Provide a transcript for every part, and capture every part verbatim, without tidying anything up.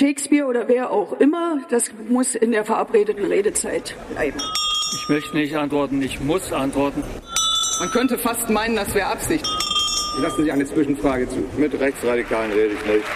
Shakespeare oder wer auch immer, das muss in der verabredeten Redezeit bleiben. Ich möchte nicht antworten, ich muss antworten. Man könnte fast meinen, das wäre Absicht. Lassen Sie eine Zwischenfrage zu. Mit Rechtsradikalen rede ich nicht.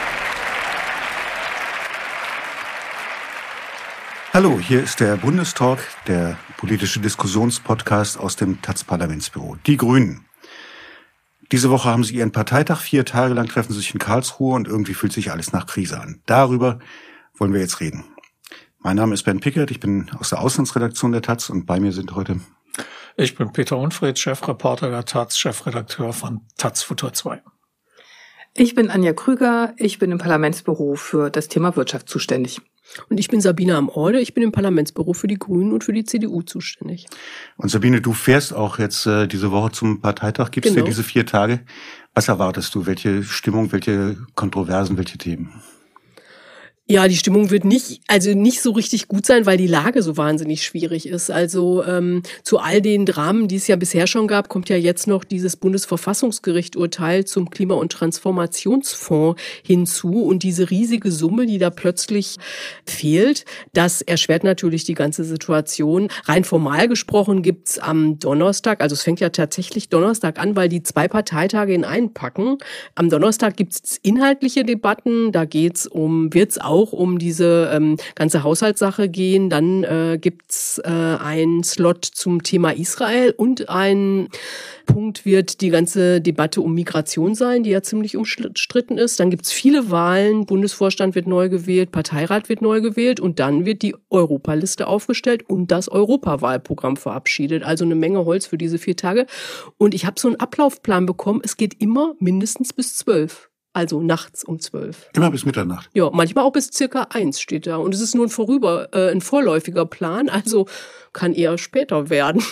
Hallo, hier ist der Bundestalk, der politische Diskussionspodcast aus dem Taz-Parlamentsbüro. Die Grünen. Diese Woche haben sie ihren Parteitag. Vier Tage lang treffen sie sich in Karlsruhe und irgendwie fühlt sich alles nach Krise an. Darüber wollen wir jetzt reden. Mein Name ist Ben Pickert, ich bin aus der Auslandsredaktion der Taz und bei mir sind heute... Ich bin Peter Unfried, Chefreporter der Taz, Chefredakteur von Taz Futur zwei. Ich bin Anja Krüger, ich bin im Parlamentsbüro für das Thema Wirtschaft zuständig. Und ich bin Sabine Am-Orde, ich bin im Parlamentsbüro für die Grünen und für die C D U zuständig. Und Sabine, du fährst auch jetzt äh, diese Woche zum Parteitag, gibst genau. dir diese vier Tage. Was erwartest du? Welche Stimmung, welche Kontroversen, welche Themen? Ja, die Stimmung wird nicht, also nicht so richtig gut sein, weil die Lage so wahnsinnig schwierig ist. Also ähm, zu all den Dramen, die es ja bisher schon gab, kommt ja jetzt noch dieses Bundesverfassungsgericht-Urteil zum Klima- und Transformationsfonds hinzu. Und diese riesige Summe, die da plötzlich fehlt, das erschwert natürlich die ganze Situation. Rein formal gesprochen gibt's am Donnerstag, also es fängt ja tatsächlich Donnerstag an, weil die zwei Parteitage in einen packen. Am Donnerstag gibt's inhaltliche Debatten, da geht's um, wird's auch auch um diese ähm, ganze Haushaltssache gehen. Dann äh, gibt's äh, einen Slot zum Thema Israel und ein Punkt wird die ganze Debatte um Migration sein, die ja ziemlich umstritten ist. Dann gibt's viele Wahlen, Bundesvorstand wird neu gewählt, Parteirat wird neu gewählt und dann wird die Europaliste aufgestellt und das Europawahlprogramm verabschiedet. Also eine Menge Holz für diese vier Tage. Und ich habe so einen Ablaufplan bekommen, es geht immer mindestens bis zwölf. Also nachts um zwölf. Immer bis Mitternacht? Ja, manchmal auch bis circa eins steht da. Und es ist nur ein vorüber, äh, ein vorläufiger Plan, also kann eher später werden.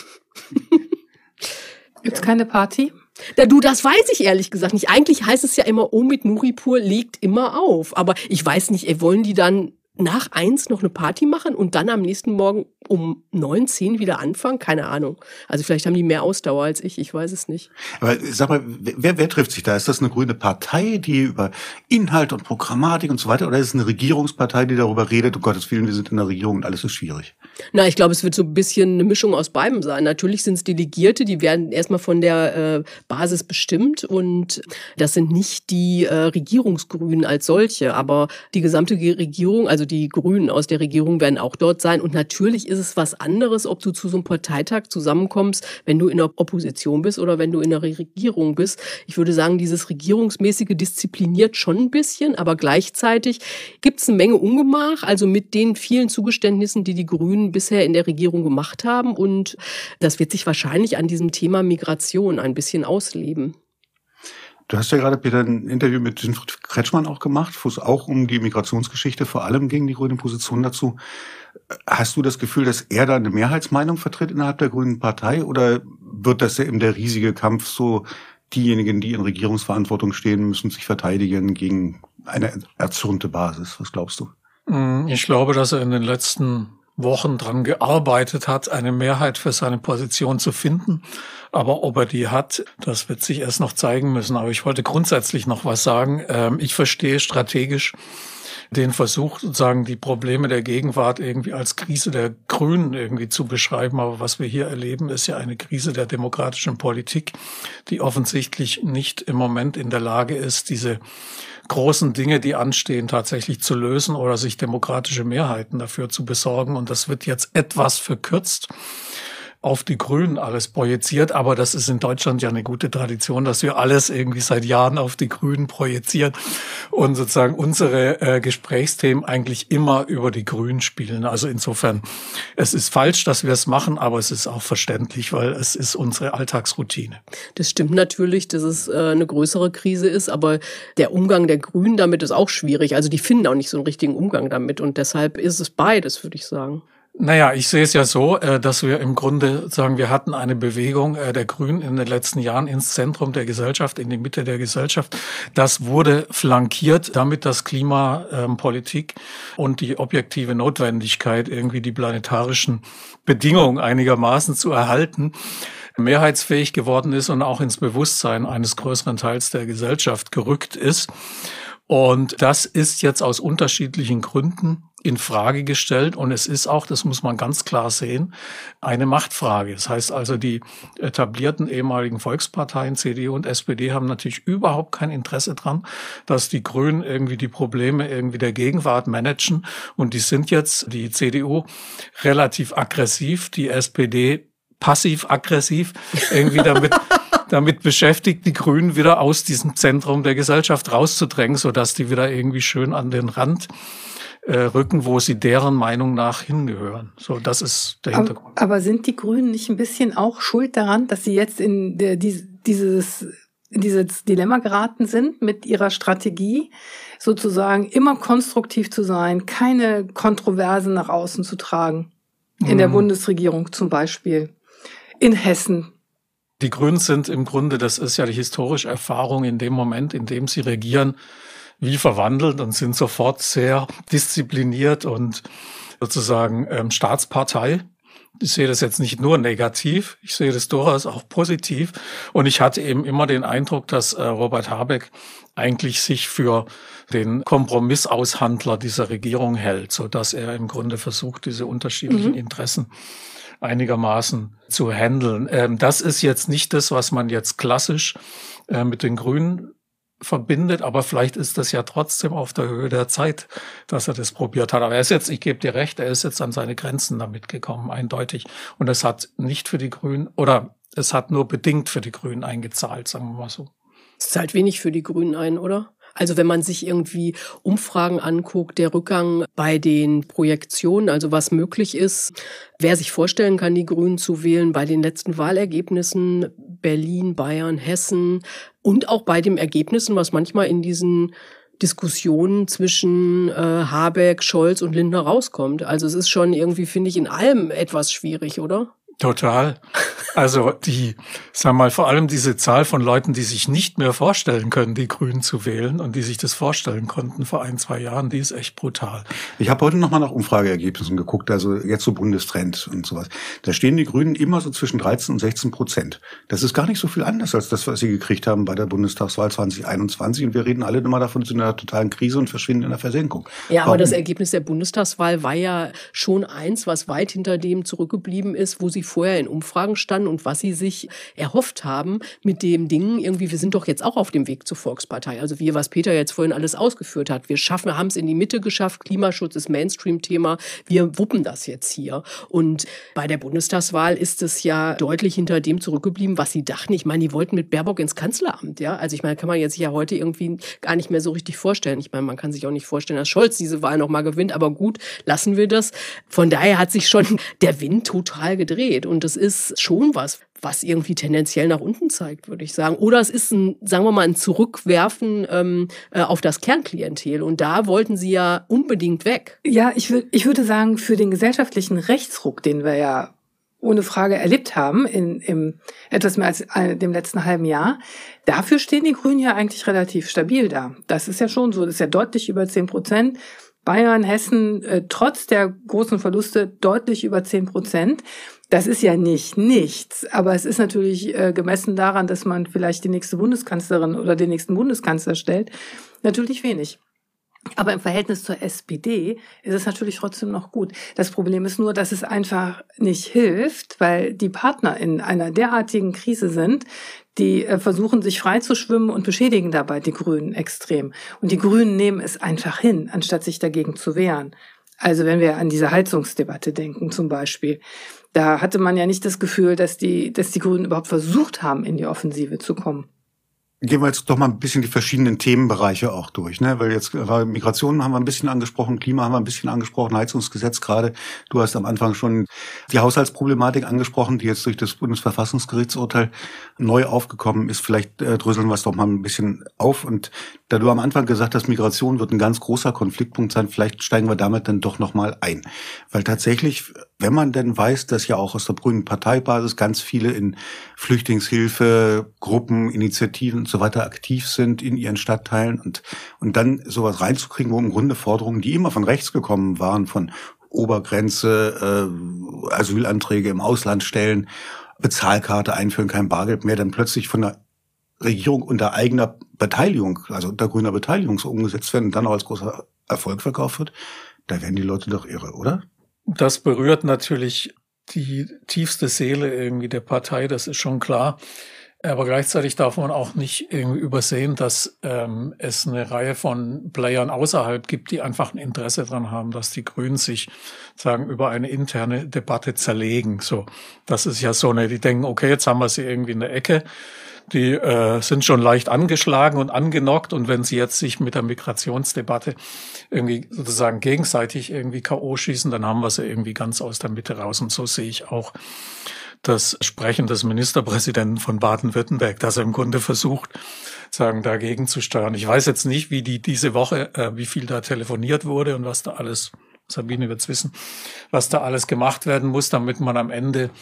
Gibt's keine Party? Ja, du, das weiß ich ehrlich gesagt nicht. Eigentlich heißt es ja immer, Omid Nuripur legt immer auf. Aber ich weiß nicht, ey, wollen die dann nach eins noch eine Party machen und dann am nächsten Morgen um neun, zehn wieder anfangen? Keine Ahnung. Also vielleicht haben die mehr Ausdauer als ich, ich weiß es nicht. Aber sag mal, wer, wer trifft sich da? Ist das eine grüne Partei, die über Inhalt und Programmatik und so weiter, oder ist es eine Regierungspartei, die darüber redet, um Gottes Willen, wir sind in der Regierung und alles ist schwierig? Na, ich glaube, es wird so ein bisschen eine Mischung aus beidem sein. Natürlich sind es Delegierte, die werden erstmal von der äh, Basis bestimmt und das sind nicht die äh, Regierungsgrünen als solche, aber die gesamte Regierung, also die Grünen aus der Regierung werden auch dort sein. Und natürlich ist es was anderes, ob du zu so einem Parteitag zusammenkommst, wenn du in der Opposition bist oder wenn du in der Regierung bist. Ich würde sagen, dieses Regierungsmäßige diszipliniert schon ein bisschen, aber gleichzeitig gibt es eine Menge Ungemach, also mit den vielen Zugeständnissen, die die Grünen bisher in der Regierung gemacht haben. Und das wird sich wahrscheinlich an diesem Thema Migration ein bisschen ausleben. Du hast ja gerade, Peter, ein Interview mit Winfried Kretschmann auch gemacht, wo es auch um die Migrationsgeschichte vor allem ging, die grüne Position dazu. Hast du das Gefühl, dass er da eine Mehrheitsmeinung vertritt innerhalb der Grünen Partei, oder wird das ja eben der riesige Kampf, so diejenigen, die in Regierungsverantwortung stehen, müssen sich verteidigen gegen eine erzürnte Basis? Was glaubst du? Ich glaube, dass er in den letzten Wochen dran gearbeitet hat, eine Mehrheit für seine Position zu finden. Aber ob er die hat, das wird sich erst noch zeigen müssen. Aber ich wollte grundsätzlich noch was sagen. Ich verstehe strategisch den Versuch, sozusagen die Probleme der Gegenwart irgendwie als Krise der Grünen irgendwie zu beschreiben. Aber was wir hier erleben, ist ja eine Krise der demokratischen Politik, die offensichtlich nicht im Moment in der Lage ist, diese großen Dinge, die anstehen, tatsächlich zu lösen oder sich demokratische Mehrheiten dafür zu besorgen. Und das wird jetzt etwas verkürzt auf die Grünen alles projiziert, aber das ist in Deutschland ja eine gute Tradition, dass wir alles irgendwie seit Jahren auf die Grünen projizieren und sozusagen unsere äh, Gesprächsthemen eigentlich immer über die Grünen spielen. Also insofern, es ist falsch, dass wir es machen, aber es ist auch verständlich, weil es ist unsere Alltagsroutine. Das stimmt natürlich, dass es äh, eine größere Krise ist, aber der Umgang der Grünen damit ist auch schwierig. Also die finden auch nicht so einen richtigen Umgang damit und deshalb ist es beides, würde ich sagen. Naja, ich sehe es ja so, dass wir im Grunde sagen, wir hatten eine Bewegung der Grünen in den letzten Jahren ins Zentrum der Gesellschaft, in die Mitte der Gesellschaft. Das wurde flankiert, damit das Klimapolitik und die objektive Notwendigkeit, irgendwie die planetarischen Bedingungen einigermaßen zu erhalten, mehrheitsfähig geworden ist und auch ins Bewusstsein eines größeren Teils der Gesellschaft gerückt ist. Und das ist jetzt aus unterschiedlichen Gründen in Frage gestellt. Und es ist auch, das muss man ganz klar sehen, eine Machtfrage. Das heißt also, die etablierten ehemaligen Volksparteien, C D U und S P D, haben natürlich überhaupt kein Interesse dran, dass die Grünen irgendwie die Probleme irgendwie der Gegenwart managen. Und die sind jetzt, die C D U, relativ aggressiv, die S P D passiv-aggressiv, irgendwie damit damit beschäftigt, die Grünen wieder aus diesem Zentrum der Gesellschaft rauszudrängen, sodass die wieder irgendwie schön an den Rand äh, rücken, wo sie deren Meinung nach hingehören. So, das ist der Hintergrund. Aber, aber sind die Grünen nicht ein bisschen auch schuld daran, dass sie jetzt in der, die, dieses, in dieses Dilemma geraten sind mit ihrer Strategie, sozusagen immer konstruktiv zu sein, keine Kontroversen nach außen zu tragen? In mhm. der Bundesregierung zum Beispiel, in Hessen. Die Grünen sind im Grunde, das ist ja die historische Erfahrung, in dem Moment, in dem sie regieren, wie verwandelt und sind sofort sehr diszipliniert und sozusagen ähm, Staatspartei. Ich sehe das jetzt nicht nur negativ, ich sehe das durchaus auch positiv. Und ich hatte eben immer den Eindruck, dass äh, Robert Habeck eigentlich sich für den Kompromissaushandler dieser Regierung hält, so dass er im Grunde versucht, diese unterschiedlichen mhm. Interessen einigermaßen zu handeln. Ähm, das ist jetzt nicht das, was man jetzt klassisch äh, mit den Grünen verbindet, aber vielleicht ist das ja trotzdem auf der Höhe der Zeit, dass er das probiert hat. Aber er ist jetzt, ich gebe dir recht, er ist jetzt an seine Grenzen damit gekommen, eindeutig. Und es hat nicht für die Grünen, oder es hat nur bedingt für die Grünen eingezahlt, sagen wir mal so. Es zahlt wenig für die Grünen ein, oder? Also wenn man sich irgendwie Umfragen anguckt, der Rückgang bei den Projektionen, also was möglich ist, wer sich vorstellen kann, die Grünen zu wählen, bei den letzten Wahlergebnissen, Berlin, Bayern, Hessen und auch bei den Ergebnissen, was manchmal in diesen Diskussionen zwischen äh, Habeck, Scholz und Lindner rauskommt. Also es ist schon irgendwie, finde ich, in allem etwas schwierig, oder? Total. Also die, sag mal, vor allem diese Zahl von Leuten, die sich nicht mehr vorstellen können, die Grünen zu wählen und die sich das vorstellen konnten vor ein, zwei Jahren, die ist echt brutal. Ich habe heute nochmal nach Umfrageergebnissen geguckt, also jetzt so Bundestrend und sowas. Da stehen die Grünen immer so zwischen dreizehn und sechzehn Prozent. Das ist gar nicht so viel anders als das, was sie gekriegt haben bei der Bundestagswahl zwanzig einundzwanzig. Und wir reden alle immer davon, sie sind in einer totalen Krise und verschwinden in der Versenkung. Ja, aber Warum? Das Ergebnis der Bundestagswahl war ja schon eins, was weit hinter dem zurückgeblieben ist, wo sie vorher in Umfragen standen und was sie sich erhofft haben mit dem Ding, irgendwie, wir sind doch jetzt auch auf dem Weg zur Volkspartei. Also wir, was Peter jetzt vorhin alles ausgeführt hat, wir schaffen, haben es in die Mitte geschafft, Klimaschutz ist Mainstream-Thema, wir wuppen das jetzt hier. Und bei der Bundestagswahl ist es ja deutlich hinter dem zurückgeblieben, was sie dachten. Ich meine, die wollten mit Baerbock ins Kanzleramt, ja. Also ich meine, kann man jetzt ja heute irgendwie gar nicht mehr so richtig vorstellen. Ich meine, man kann sich auch nicht vorstellen, dass Scholz diese Wahl nochmal gewinnt, aber gut, lassen wir das. Von daher hat sich schon der Wind total gedreht und das ist schon was, was irgendwie tendenziell nach unten zeigt, würde ich sagen. Oder es ist ein, sagen wir mal, ein Zurückwerfen ähm, äh, auf das Kernklientel. Und da wollten sie ja unbedingt weg. Ja, ich, würd, ich würde sagen, für den gesellschaftlichen Rechtsruck, den wir ja ohne Frage erlebt haben in, im etwas mehr als äh, dem letzten halben Jahr, dafür stehen die Grünen ja eigentlich relativ stabil da. Das ist ja schon so, das ist ja deutlich über zehn Prozent. Bayern, Hessen, äh, trotz der großen Verluste deutlich über zehn Prozent. Das ist ja nicht nichts, aber es ist natürlich äh, gemessen daran, dass man vielleicht die nächste Bundeskanzlerin oder den nächsten Bundeskanzler stellt, natürlich wenig. Aber im Verhältnis zur S P D ist es natürlich trotzdem noch gut. Das Problem ist nur, dass es einfach nicht hilft, weil die Partner in einer derartigen Krise sind, die äh, versuchen, sich frei zu schwimmen und beschädigen dabei die Grünen extrem. Und die Grünen nehmen es einfach hin, anstatt sich dagegen zu wehren. Also wenn wir an diese Heizungsdebatte denken zum Beispiel, da hatte man ja nicht das Gefühl, dass die, dass die Grünen überhaupt versucht haben, in die Offensive zu kommen. Gehen wir jetzt doch mal ein bisschen die verschiedenen Themenbereiche auch durch, ne? Weil jetzt war Migration haben wir ein bisschen angesprochen, Klima haben wir ein bisschen angesprochen, Heizungsgesetz gerade. Du hast am Anfang schon die Haushaltsproblematik angesprochen, die jetzt durch das Bundesverfassungsgerichtsurteil neu aufgekommen ist. Vielleicht äh, dröseln wir es doch mal ein bisschen auf. Und da du am Anfang gesagt hast, Migration wird ein ganz großer Konfliktpunkt sein, vielleicht steigen wir damit dann doch noch mal ein. Weil tatsächlich, wenn man denn weiß, dass ja auch aus der grünen Parteibasis ganz viele in Flüchtlingshilfe, Gruppen, Initiativen und so weiter aktiv sind in ihren Stadtteilen und und dann sowas reinzukriegen, wo im Grunde Forderungen, die immer von rechts gekommen waren, von Obergrenze, äh, Asylanträge im Ausland stellen, Bezahlkarte einführen, kein Bargeld mehr, dann plötzlich von der Regierung unter eigener Beteiligung, also unter grüner Beteiligung so umgesetzt werden und dann auch als großer Erfolg verkauft wird, da werden die Leute doch irre, oder? Das berührt natürlich die tiefste Seele irgendwie der Partei, das ist schon klar. Aber gleichzeitig darf man auch nicht irgendwie übersehen, dass ähm, es eine Reihe von Playern außerhalb gibt, die einfach ein Interesse daran haben, dass die Grünen sich sagen über eine interne Debatte zerlegen. So, das ist ja so eine, die denken, okay, jetzt haben wir sie irgendwie in der Ecke. Die äh, sind schon leicht angeschlagen und angenockt, und wenn sie jetzt sich mit der Migrationsdebatte irgendwie sozusagen gegenseitig irgendwie K O schießen, dann haben wir sie irgendwie ganz aus der Mitte raus. Und so sehe ich auch das Sprechen des Ministerpräsidenten von Baden-Württemberg, dass er im Grunde versucht, sagen, dagegen zu steuern. Ich weiß jetzt nicht, wie die diese Woche, äh, wie viel da telefoniert wurde und was da alles, Sabine wird's wissen, was da alles gemacht werden muss, damit man am Ende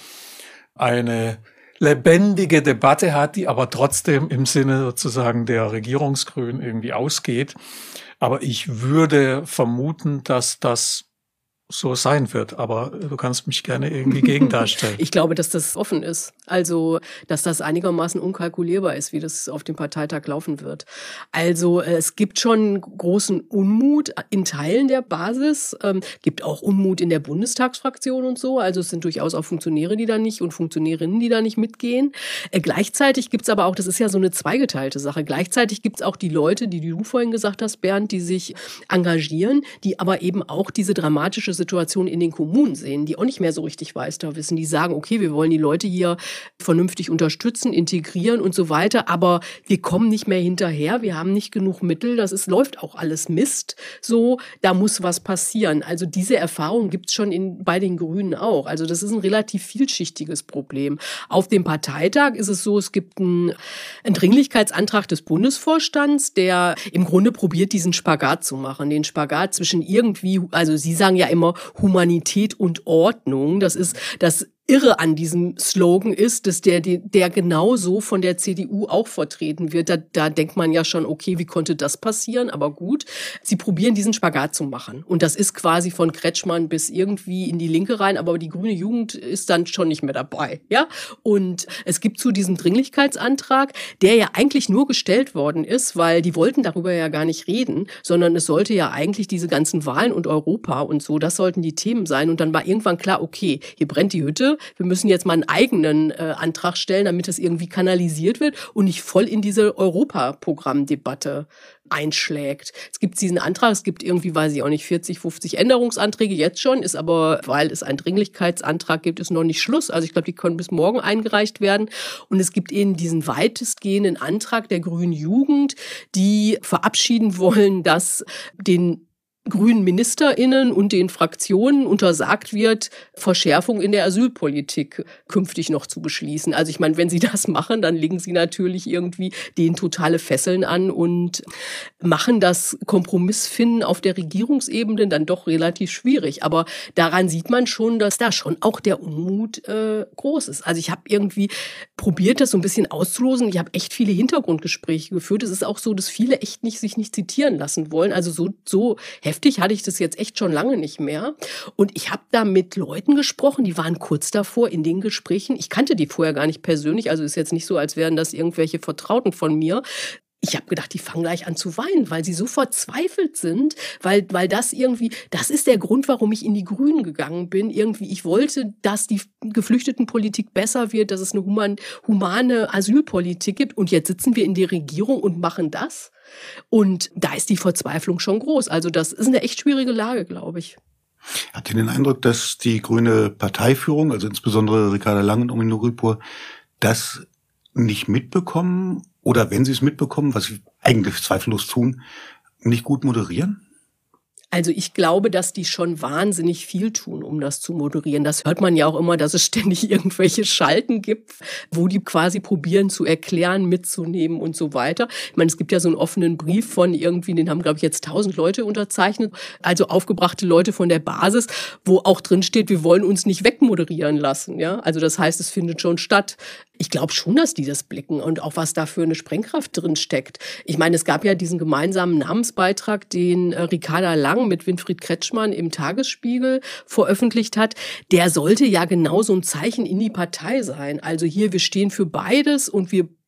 eine lebendige Debatte hat, die aber trotzdem im Sinne sozusagen der Regierungsgrünen irgendwie ausgeht. Aber ich würde vermuten, dass das so sein wird, aber du kannst mich gerne irgendwie gegen darstellen. Ich glaube, dass das offen ist. Also, dass das einigermaßen unkalkulierbar ist, wie das auf dem Parteitag laufen wird. Also, es gibt schon großen Unmut in Teilen der Basis, ähm, gibt auch Unmut in der Bundestagsfraktion und so. Also, es sind durchaus auch Funktionäre, die da nicht und Funktionärinnen, die da nicht mitgehen. Äh, gleichzeitig gibt's aber auch, das ist ja so eine zweigeteilte Sache, gleichzeitig gibt's auch die Leute, die du vorhin gesagt hast, Bernd, die sich engagieren, die aber eben auch diese dramatische Situation in den Kommunen sehen, die auch nicht mehr so richtig weiter wissen. Die sagen, okay, wir wollen die Leute hier vernünftig unterstützen, integrieren und so weiter, aber wir kommen nicht mehr hinterher, wir haben nicht genug Mittel, das ist, läuft auch alles Mist, so, da muss was passieren. Also diese Erfahrung gibt's schon in, bei den Grünen auch. Also das ist ein relativ vielschichtiges Problem. Auf dem Parteitag ist es so, es gibt einen, einen Dringlichkeitsantrag des Bundesvorstands, der im Grunde probiert, diesen Spagat zu machen, den Spagat zwischen irgendwie, also Sie sagen ja immer Humanität und Ordnung, das ist das Irre an diesem Slogan ist, dass der, der genauso von der C D U auch vertreten wird. Da, da denkt man ja schon, okay, wie konnte das passieren? Aber gut, sie probieren diesen Spagat zu machen. Und das ist quasi von Kretschmann bis irgendwie in die Linke rein, aber die grüne Jugend ist dann schon nicht mehr dabei, ja? Und es gibt zu diesem Dringlichkeitsantrag, der ja eigentlich nur gestellt worden ist, weil die wollten darüber ja gar nicht reden, sondern es sollte ja eigentlich diese ganzen Wahlen und Europa und so, das sollten die Themen sein. Und dann war irgendwann klar, okay, hier brennt die Hütte, wir müssen jetzt mal einen eigenen äh, Antrag stellen, damit es irgendwie kanalisiert wird und nicht voll in diese Europaprogrammdebatte einschlägt. Es gibt diesen Antrag, es gibt irgendwie, weiß ich auch nicht, vierzig, fünfzig Änderungsanträge jetzt schon, ist aber, weil es einen Dringlichkeitsantrag gibt, ist noch nicht Schluss. Also ich glaube, die können bis morgen eingereicht werden. Und es gibt eben diesen weitestgehenden Antrag der grünen Jugend, die verabschieden wollen, dass den grünen MinisterInnen und den Fraktionen untersagt wird, Verschärfung in der Asylpolitik künftig noch zu beschließen. Also ich meine, wenn sie das machen, dann legen sie natürlich irgendwie denen totale Fesseln an und machen das Kompromissfinden auf der Regierungsebene dann doch relativ schwierig. Aber daran sieht man schon, dass da schon auch der Unmut äh, groß ist. Also ich habe irgendwie probiert, das so ein bisschen auszulosen. Ich habe echt viele Hintergrundgespräche geführt. Es ist auch so, dass viele echt nicht sich nicht zitieren lassen wollen. Also so, so heftig hatte ich das jetzt echt schon lange nicht mehr. Und ich habe da mit Leuten gesprochen, die waren kurz davor in den Gesprächen. Ich kannte die vorher gar nicht persönlich, also ist jetzt nicht so, als wären das irgendwelche Vertrauten von mir. Ich habe gedacht, die fangen gleich an zu weinen, weil sie so verzweifelt sind, weil weil das irgendwie, das ist der Grund, warum ich in die Grünen gegangen bin. Irgendwie, ich wollte, dass die Geflüchtetenpolitik besser wird, dass es eine human, humane Asylpolitik gibt. Und jetzt sitzen wir in der Regierung und machen das. Und da ist die Verzweiflung schon groß. Also das ist eine echt schwierige Lage, glaube ich. Habt ihr den Eindruck, dass die grüne Parteiführung, also insbesondere Ricarda Lang und Omino Gripur, das nicht mitbekommen oder wenn sie es mitbekommen, was sie eigentlich zweifellos tun, nicht gut moderieren? Also ich glaube, dass die schon wahnsinnig viel tun, um das zu moderieren. Das hört man ja auch immer, dass es ständig irgendwelche Schalten gibt, wo die quasi probieren zu erklären, mitzunehmen und so weiter. Ich meine, es gibt ja so einen offenen Brief von irgendwie, den haben, glaube ich, jetzt tausend Leute unterzeichnet, also aufgebrachte Leute von der Basis, wo auch drin steht, wir wollen uns nicht wegmoderieren lassen. Ja, also das heißt, es findet schon statt. Ich glaube schon, dass die das blicken und auch was da für eine Sprengkraft drin steckt. Ich meine, es gab ja diesen gemeinsamen Namensbeitrag, den äh, Ricarda Lang mit Winfried Kretschmann im Tagesspiegel veröffentlicht hat. Der sollte ja genau so ein Zeichen in die Partei sein. Also hier, wir stehen für beides und wir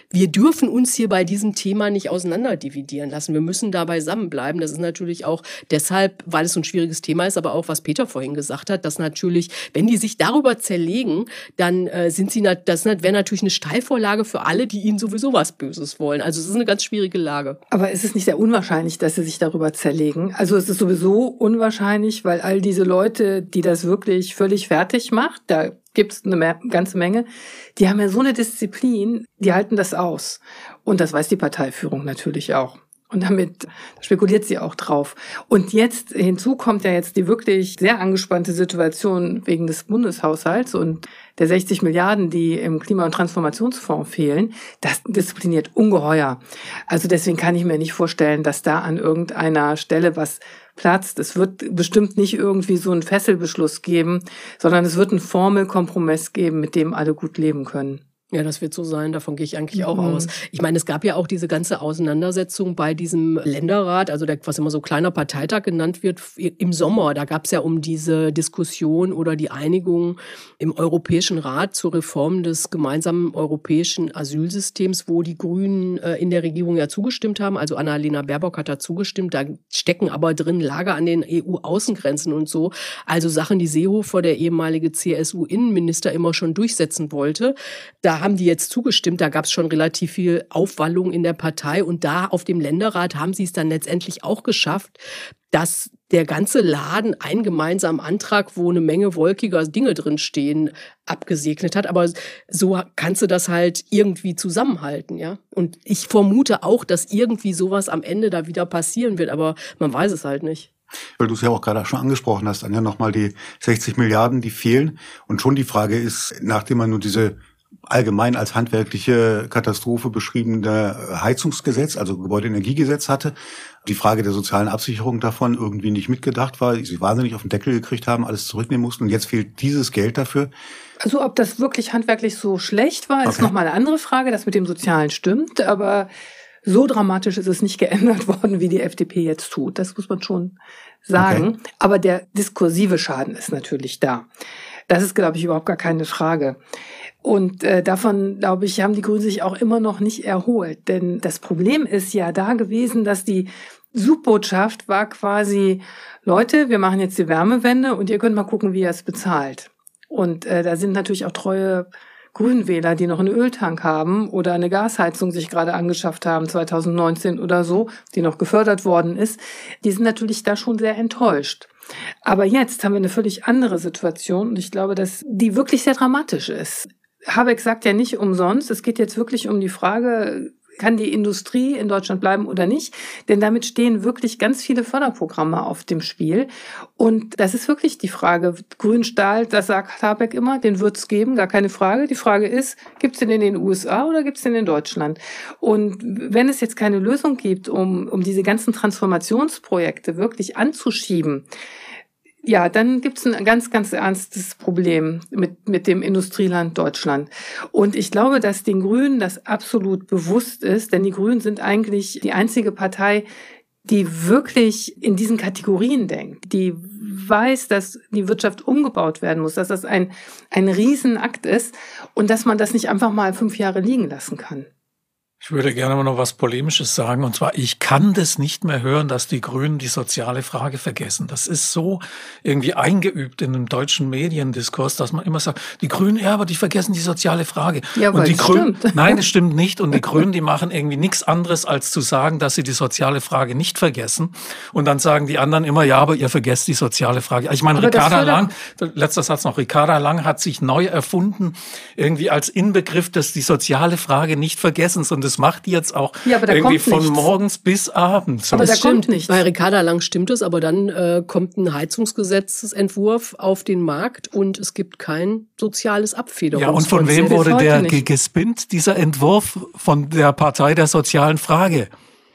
wir dürfen uns hier bei diesem Thema nicht auseinanderdividieren lassen. Wir müssen da beisammenbleiben. Das ist natürlich auch deshalb, weil es so ein schwieriges Thema ist, aber auch, was Peter vorhin gesagt hat, dass natürlich, wenn die sich darüber zerlegen, dann äh, sind sie, das wäre natürlich eine Steilvorlage für alle, die ihnen sowieso was Böses wollen. Also es ist eine ganz schwierige Lage. Aber ist es nicht sehr unwahrscheinlich, dass sie sich darüber zerlegen? Also es ist sowieso unwahrscheinlich, weil all diese Leute, die das wirklich völlig fertig macht, da gibt es eine ganze Menge, die haben ja so eine Disziplin, die halten das aus. Und das weiß die Parteiführung natürlich auch. Und damit spekuliert sie auch drauf. Und jetzt hinzu kommt ja jetzt die wirklich sehr angespannte Situation wegen des Bundeshaushalts und der sechzig Milliarden, die im Klima- und Transformationsfonds fehlen. Das diszipliniert ungeheuer. Also deswegen kann ich mir nicht vorstellen, dass da an irgendeiner Stelle was platzt. Es wird bestimmt nicht irgendwie so einen Fesselbeschluss geben, sondern es wird einen Formelkompromiss geben, mit dem alle gut leben können. Ja, das wird so sein, davon gehe ich eigentlich auch mhm. aus. Ich meine, es gab ja auch diese ganze Auseinandersetzung bei diesem Länderrat, also der, was immer so kleiner Parteitag genannt wird, im Sommer. Da gab es ja um diese Diskussion oder die Einigung im Europäischen Rat zur Reform des gemeinsamen europäischen Asylsystems, wo die Grünen äh, in der Regierung ja zugestimmt haben. Also Annalena Baerbock hat da zugestimmt. Da stecken aber drin Lager an den E U-Außengrenzen und so. Also Sachen, die Seehofer, der ehemalige C S U-Innenminister, immer schon durchsetzen wollte. Da haben die jetzt zugestimmt, da gab es schon relativ viel Aufwallung in der Partei und da auf dem Länderrat haben sie es dann letztendlich auch geschafft, dass der ganze Laden einen gemeinsamen Antrag, wo eine Menge wolkiger Dinge drin stehen, abgesegnet hat. Aber so kannst du das halt irgendwie zusammenhalten, ja. Und ich vermute auch, dass irgendwie sowas am Ende da wieder passieren wird, aber man weiß es halt nicht. Weil du es ja auch gerade schon angesprochen hast, Anja, nochmal die sechzig Milliarden, die fehlen. Und schon die Frage ist, nachdem man nur diese allgemein als handwerkliche Katastrophe beschriebene Heizungsgesetz, also Gebäudeenergiegesetz hatte, die Frage der sozialen Absicherung davon irgendwie nicht mitgedacht war, sie wahnsinnig auf den Deckel gekriegt haben, alles zurücknehmen mussten und jetzt fehlt dieses Geld dafür. Also ob das wirklich handwerklich so schlecht war, ist okay. Nochmal eine andere Frage, das mit dem Sozialen stimmt, aber so dramatisch ist es nicht geändert worden, wie die F D P jetzt tut, das muss man schon sagen. Okay. Aber der diskursive Schaden ist natürlich da. Das ist, glaube ich, überhaupt gar keine Frage. Und äh, davon, glaube ich, haben die Grünen sich auch immer noch nicht erholt. Denn das Problem ist ja da gewesen, dass die Subbotschaft war quasi, Leute, wir machen jetzt die Wärmewende und ihr könnt mal gucken, wie ihr es bezahlt. Und äh, da sind natürlich auch treue Grünwähler, die noch einen Öltank haben oder eine Gasheizung sich gerade angeschafft haben, zwanzig neunzehn oder so, die noch gefördert worden ist, die sind natürlich da schon sehr enttäuscht. Aber jetzt haben wir eine völlig andere Situation und ich glaube, dass die wirklich sehr dramatisch ist. Habeck sagt ja nicht umsonst, es geht jetzt wirklich um die Frage, kann die Industrie in Deutschland bleiben oder nicht? Denn damit stehen wirklich ganz viele Förderprogramme auf dem Spiel. Und das ist wirklich die Frage. Grünstahl, das sagt Habeck immer, den wird es geben, gar keine Frage. Die Frage ist, gibt es den in den U S A oder gibt es den in Deutschland? Und wenn es jetzt keine Lösung gibt, um, um diese ganzen Transformationsprojekte wirklich anzuschieben, ja, dann gibt's ein ganz, ganz ernstes Problem mit, mit dem Industrieland Deutschland. Und ich glaube, dass den Grünen das absolut bewusst ist, denn die Grünen sind eigentlich die einzige Partei, die wirklich in diesen Kategorien denkt, die weiß, dass die Wirtschaft umgebaut werden muss, dass das ein, ein Riesenakt ist und dass man das nicht einfach mal fünf Jahre liegen lassen kann. Ich würde gerne mal noch was Polemisches sagen. Und zwar, ich kann das nicht mehr hören, dass die Grünen die soziale Frage vergessen. Das ist so irgendwie eingeübt in dem deutschen Mediendiskurs, dass man immer sagt, die Grünen, ja, aber die vergessen die soziale Frage. Ja, weil und die es Grünen, stimmt. Nein, es stimmt nicht. Und die Grünen, die machen irgendwie nichts anderes, als zu sagen, dass sie die soziale Frage nicht vergessen. Und dann sagen die anderen immer, ja, aber ihr vergesst die soziale Frage. Ich meine, aber Ricarda Lang, letzter Satz noch, Ricarda Lang hat sich neu erfunden, irgendwie als Inbegriff, dass die soziale Frage nicht vergessen, sondern das macht die jetzt auch ja, aber da irgendwie kommt von nichts. morgens bis abends. Aber das da kommt stimmt nichts. Bei Ricarda Lang stimmt es, aber dann äh, kommt ein Heizungsgesetzentwurf auf den Markt und es gibt kein soziales Abfederungskonzept. Ja, und von wem wurde der nicht. gespinnt, dieser Entwurf? Von der Partei der sozialen Frage.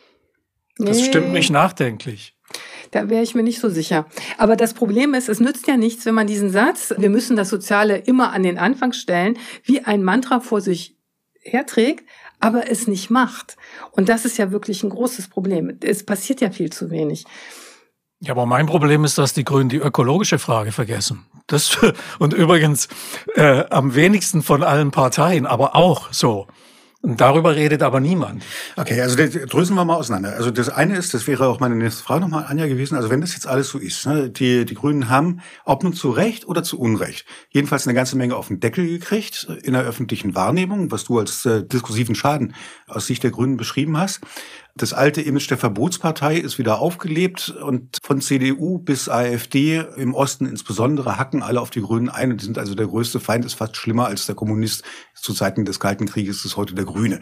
Das Nee. stimmt mich nachdenklich. Da wäre ich mir nicht so sicher. Aber das Problem ist, es nützt ja nichts, wenn man diesen Satz, wir müssen das Soziale immer an den Anfang stellen, wie ein Mantra vor sich herträgt, aber es nicht macht. Und das ist ja wirklich ein großes Problem. Es passiert ja viel zu wenig. Ja, aber mein Problem ist, dass die Grünen die ökologische Frage vergessen. Das, und übrigens äh, am wenigsten von allen Parteien, aber auch so. Und darüber redet aber niemand. Okay, also das drösen wir mal auseinander. Also das eine ist, das wäre auch meine nächste Frage nochmal, Anja, gewesen, also wenn das jetzt alles so ist, ne, die, die Grünen haben, ob nun zu Recht oder zu Unrecht, jedenfalls eine ganze Menge auf den Deckel gekriegt in der öffentlichen Wahrnehmung, was du als äh, diskursiven Schaden aus Sicht der Grünen beschrieben hast. Das alte Image der Verbotspartei ist wieder aufgelebt und von C D U bis AfD im Osten insbesondere hacken alle auf die Grünen ein und sind also der größte Feind, ist fast schlimmer als der Kommunist. Zu Zeiten des Kalten Krieges ist heute der Grüne.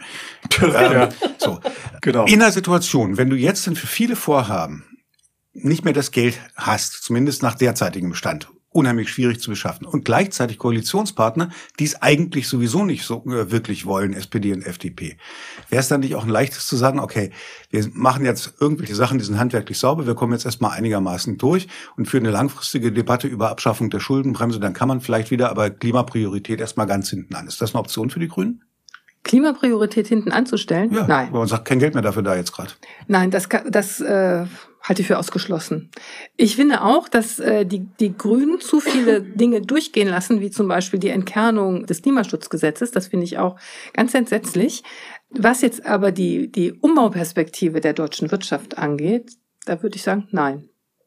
Ja. ähm, so. Genau. In einer Situation, wenn du jetzt dann für viele Vorhaben nicht mehr das Geld hast, zumindest nach derzeitigem Bestand, unheimlich schwierig zu beschaffen. Und gleichzeitig Koalitionspartner, die es eigentlich sowieso nicht so äh, wirklich wollen, S P D und F D P. Wäre es dann nicht auch ein leichtes zu sagen, okay, wir machen jetzt irgendwelche Sachen, die sind handwerklich sauber, wir kommen jetzt erstmal einigermaßen durch und führen eine langfristige Debatte über Abschaffung der Schuldenbremse, dann kann man vielleicht wieder, aber Klimapriorität erstmal ganz hinten an. Ist das eine Option für die Grünen? Klimapriorität hinten anzustellen? Ja, Nein. aber man sagt, kein Geld mehr dafür da jetzt gerade. Nein, das, das äh, halte ich für ausgeschlossen. Ich finde auch, dass äh, die, die Grünen zu viele Dinge durchgehen lassen, wie zum Beispiel die Entkernung des Klimaschutzgesetzes. Das finde ich auch ganz entsetzlich. Was jetzt aber die, die Umbauperspektive der deutschen Wirtschaft angeht, da würde ich sagen, nein.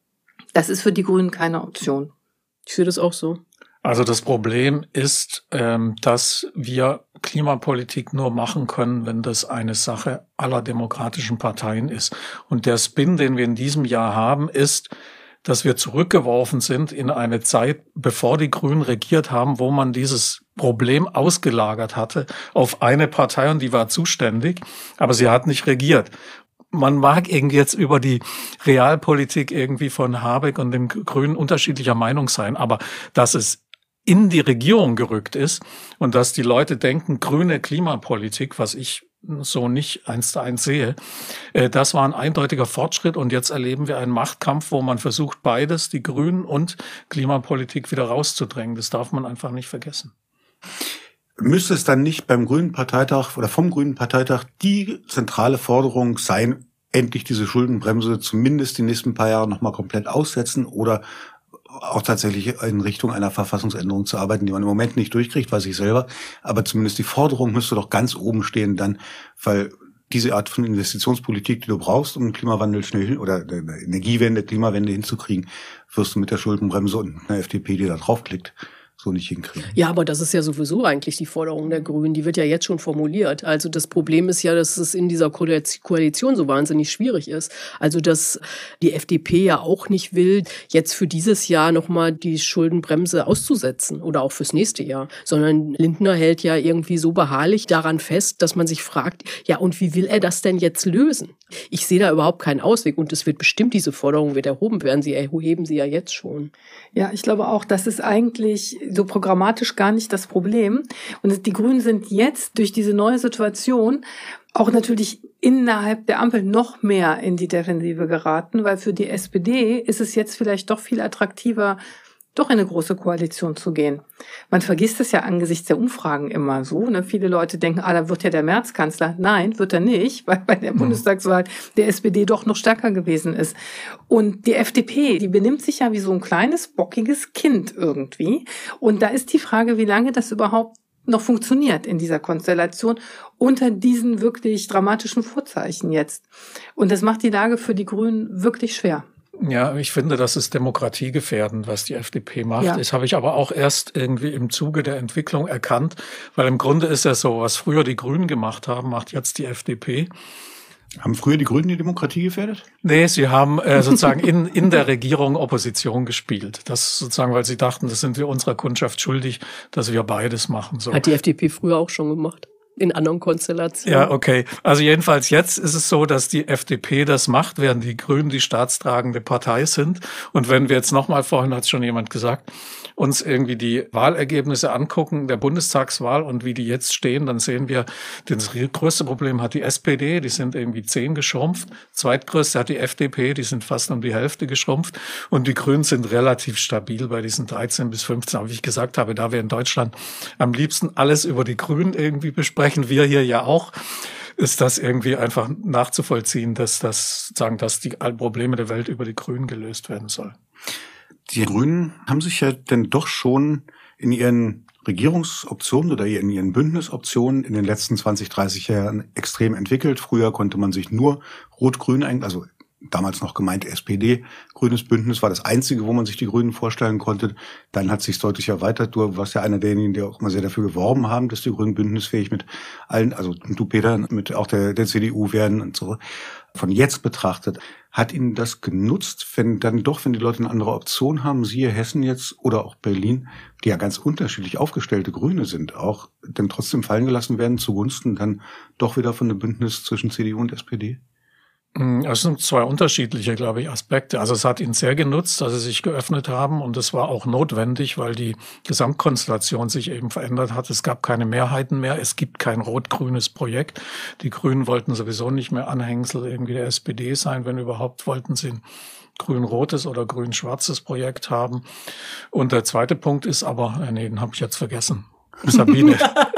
Das ist für die Grünen keine Option. Ich sehe das auch so. Also das Problem ist, ähm, dass wir Klimapolitik nur machen können, wenn das eine Sache aller demokratischen Parteien ist. Und der Spin, den wir in diesem Jahr haben, ist, dass wir zurückgeworfen sind in eine Zeit, bevor die Grünen regiert haben, wo man dieses Problem ausgelagert hatte auf eine Partei und die war zuständig, aber sie hat nicht regiert. Man mag irgendwie jetzt über die Realpolitik irgendwie von Habeck und den Grünen unterschiedlicher Meinung sein, aber dass es in die Regierung gerückt ist und dass die Leute denken, grüne Klimapolitik, was ich so nicht eins zu eins sehe, das war ein eindeutiger Fortschritt und jetzt erleben wir einen Machtkampf, wo man versucht, beides, die Grünen und Klimapolitik wieder rauszudrängen. Das darf man einfach nicht vergessen. Müsste es dann nicht beim Grünen Parteitag oder vom Grünen Parteitag die zentrale Forderung sein, endlich diese Schuldenbremse zumindest die nächsten paar Jahre nochmal komplett aussetzen oder auch tatsächlich in Richtung einer Verfassungsänderung zu arbeiten, die man im Moment nicht durchkriegt, weiß ich selber. Aber zumindest die Forderung müsste doch ganz oben stehen dann, weil diese Art von Investitionspolitik, die du brauchst, um den Klimawandel schnell hin, oder eine Energiewende, Klimawende hinzukriegen, wirst du mit der Schuldenbremse und einer F D P, die da draufklickt, so nicht hinkriegen. Ja, aber das ist ja sowieso eigentlich die Forderung der Grünen. Die wird ja jetzt schon formuliert. Also das Problem ist ja, dass es in dieser Koalition so wahnsinnig schwierig ist. Also dass die F D P ja auch nicht will, jetzt für dieses Jahr nochmal die Schuldenbremse auszusetzen oder auch fürs nächste Jahr. Sondern Lindner hält ja irgendwie so beharrlich daran fest, dass man sich fragt, ja und wie will er das denn jetzt lösen? Ich sehe da überhaupt keinen Ausweg und es wird bestimmt, diese Forderung wird erhoben werden. Sie erheben sie ja jetzt schon. Ja, ich glaube auch, das ist eigentlich so programmatisch gar nicht das Problem. Und die Grünen sind jetzt durch diese neue Situation auch natürlich innerhalb der Ampel noch mehr in die Defensive geraten, weil für die S P D ist es jetzt vielleicht doch viel attraktiver, doch in eine große Koalition zu gehen. Man vergisst es ja angesichts der Umfragen immer so. Ne? Viele Leute denken, ah, da wird ja der Merz Kanzler. Nein, wird er nicht, weil bei der mhm. Bundestagswahl der S P D doch noch stärker gewesen ist. Und die F D P, die benimmt sich ja wie so ein kleines, bockiges Kind irgendwie. Und da ist die Frage, wie lange das überhaupt noch funktioniert in dieser Konstellation unter diesen wirklich dramatischen Vorzeichen jetzt. Und das macht die Lage für die Grünen wirklich schwer. Ja, ich finde, das ist demokratiegefährdend, was die F D P macht. Ja. Das habe ich aber auch erst irgendwie im Zuge der Entwicklung erkannt, weil im Grunde ist ja so, was früher die Grünen gemacht haben, macht jetzt die F D P. Haben früher die Grünen die Demokratie gefährdet? Nee, sie haben äh, sozusagen in in der Regierung Opposition gespielt. Das sozusagen, weil sie dachten, das sind wir unserer Kundschaft schuldig, dass wir beides machen. So. Hat die F D P früher auch schon gemacht. In anderen Konstellationen. Ja, okay. Also jedenfalls jetzt ist es so, dass die F D P das macht, während die Grünen die staatstragende Partei sind. Und wenn wir jetzt nochmal, vorhin hat es schon jemand gesagt, uns irgendwie die Wahlergebnisse angucken, der Bundestagswahl und wie die jetzt stehen, dann sehen wir, das größte Problem hat die S P D, die sind irgendwie zehn geschrumpft. Zweitgrößte hat die F D P, die sind fast um die Hälfte geschrumpft. Und die Grünen sind relativ stabil bei diesen dreizehn bis fünfzehn. Aber wie ich gesagt habe, da wir in Deutschland am liebsten alles über die Grünen irgendwie besprechen, wir hier ja auch, ist das irgendwie einfach nachzuvollziehen, dass das sagen, dass die allen Probleme der Welt über die Grünen gelöst werden soll. Die Grünen haben sich ja dann doch schon in ihren Regierungsoptionen oder in ihren Bündnisoptionen in den letzten zwanzig, dreißig Jahren extrem entwickelt. Früher konnte man sich nur Rot-Grün, also damals noch gemeint S P D, Grünes Bündnis war das einzige, wo man sich die Grünen vorstellen konnte. Dann hat sich deutlich erweitert. Du warst ja einer derjenigen, die auch immer sehr dafür geworben haben, dass die Grünen bündnisfähig mit allen, also du Peter, mit auch der, der C D U werden und so. Von jetzt betrachtet, hat Ihnen das genutzt, wenn dann doch, wenn die Leute eine andere Option haben, siehe Hessen jetzt oder auch Berlin, die ja ganz unterschiedlich aufgestellte Grüne sind, auch dann trotzdem fallen gelassen werden zugunsten dann doch wieder von einem Bündnis zwischen C D U und S P D? Es sind zwei unterschiedliche, glaube ich, Aspekte. Also es hat ihnen sehr genutzt, dass sie sich geöffnet haben und es war auch notwendig, weil die Gesamtkonstellation sich eben verändert hat. Es gab keine Mehrheiten mehr, es gibt kein rot-grünes Projekt. Die Grünen wollten sowieso nicht mehr Anhängsel irgendwie der S P D sein, wenn überhaupt wollten sie ein grün-rotes oder grün-schwarzes Projekt haben. Und der zweite Punkt ist aber, nee, den habe ich jetzt vergessen. Sabine.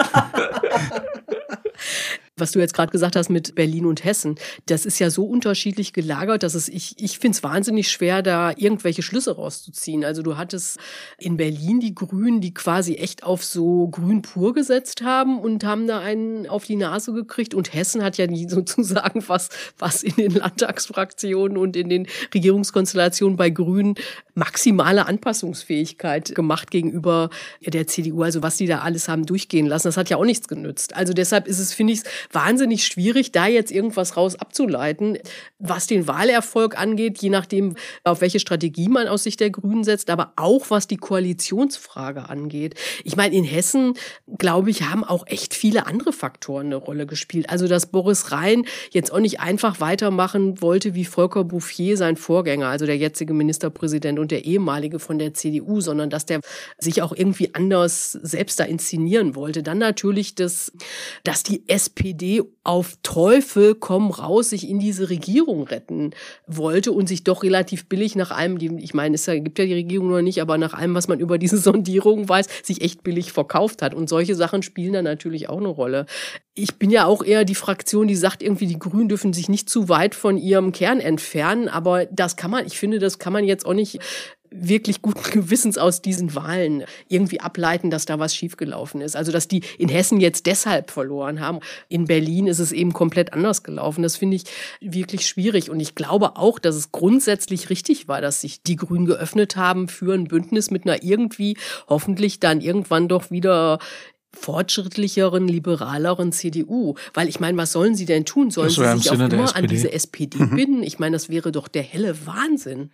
Was du jetzt gerade gesagt hast mit Berlin und Hessen, das ist ja so unterschiedlich gelagert, dass es, ich, ich finde es wahnsinnig schwer, da irgendwelche Schlüsse rauszuziehen. Also du hattest in Berlin die Grünen, die quasi echt auf so grün pur gesetzt haben und haben da einen auf die Nase gekriegt. Und Hessen hat ja die sozusagen was, was in den Landtagsfraktionen und in den Regierungskonstellationen bei Grünen maximale Anpassungsfähigkeit gemacht gegenüber der C D U. Also was die da alles haben durchgehen lassen, das hat ja auch nichts genützt. Also deshalb ist es, finde ich, wahnsinnig schwierig, da jetzt irgendwas raus abzuleiten, was den Wahlerfolg angeht, je nachdem, auf welche Strategie man aus Sicht der Grünen setzt, aber auch was die Koalitionsfrage angeht. Ich meine, in Hessen, glaube ich, haben auch echt viele andere Faktoren eine Rolle gespielt. Also, dass Boris Rhein jetzt auch nicht einfach weitermachen wollte wie Volker Bouffier, sein Vorgänger, also der jetzige Ministerpräsident und der ehemalige von der C D U, sondern dass der sich auch irgendwie anders selbst da inszenieren wollte. Dann natürlich, dass, dass die S P D auf Teufel komm raus sich in diese Regierung retten wollte und sich doch relativ billig nach allem, die, ich meine, es gibt ja die Regierung noch nicht, aber nach allem, was man über diese Sondierung weiß, sich echt billig verkauft hat. Und solche Sachen spielen da natürlich auch eine Rolle. Ich bin ja auch eher die Fraktion, die sagt irgendwie, die Grünen dürfen sich nicht zu weit von ihrem Kern entfernen, aber das kann man, ich finde, das kann man jetzt auch nicht wirklich guten Gewissens aus diesen Wahlen irgendwie ableiten, dass da was schiefgelaufen ist. Also, dass die in Hessen jetzt deshalb verloren haben. In Berlin ist es eben komplett anders gelaufen. Das finde ich wirklich schwierig. Und ich glaube auch, dass es grundsätzlich richtig war, dass sich die Grünen geöffnet haben für ein Bündnis mit einer irgendwie hoffentlich dann irgendwann doch wieder fortschrittlicheren, liberaleren C D U. Weil ich meine, was sollen sie denn tun? Sollen sie sich auch immer an diese S P D mhm. binden? Ich meine, das wäre doch der helle Wahnsinn.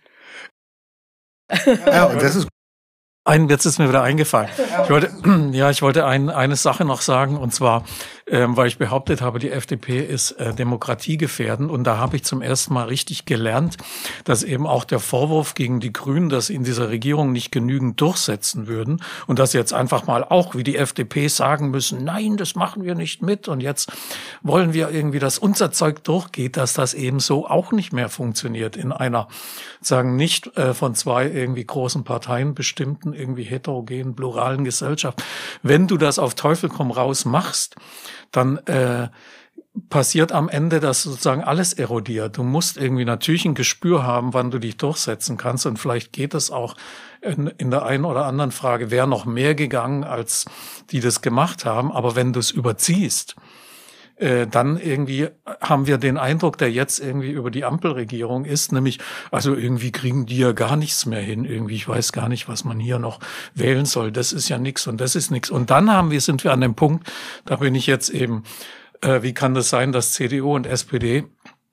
Ja, und das ist Ein, jetzt ist mir wieder eingefallen. Ich wollte, ja, ich wollte ein, eine Sache noch sagen, und zwar, ähm, weil ich behauptet habe, die F D P ist äh, demokratiegefährdend, und da habe ich zum ersten Mal richtig gelernt, dass eben auch der Vorwurf gegen die Grünen, dass sie in dieser Regierung nicht genügend durchsetzen würden und dass sie jetzt einfach mal auch wie die F D P sagen müssen, nein, das machen wir nicht mit und jetzt wollen wir irgendwie, dass unser Zeug durchgeht, dass das eben so auch nicht mehr funktioniert in einer, sagen, nicht äh, von zwei irgendwie großen Parteien bestimmten, irgendwie heterogenen, pluralen Gesellschaft. Wenn du das auf Teufel komm raus machst, dann äh, passiert am Ende, dass sozusagen alles erodiert. Du musst irgendwie natürlich ein Gespür haben, wann du dich durchsetzen kannst, und vielleicht geht es auch in, in der einen oder anderen Frage, wäre noch mehr gegangen, als die das gemacht haben, aber wenn du es überziehst, Äh, dann irgendwie haben wir den Eindruck, der jetzt irgendwie über die Ampelregierung ist, nämlich, also irgendwie kriegen die ja gar nichts mehr hin, irgendwie, ich weiß gar nicht, was man hier noch wählen soll, das ist ja nix und das ist nix. Und dann haben wir, sind wir an dem Punkt, da bin ich jetzt eben, äh, wie kann das sein, dass C D U und S P D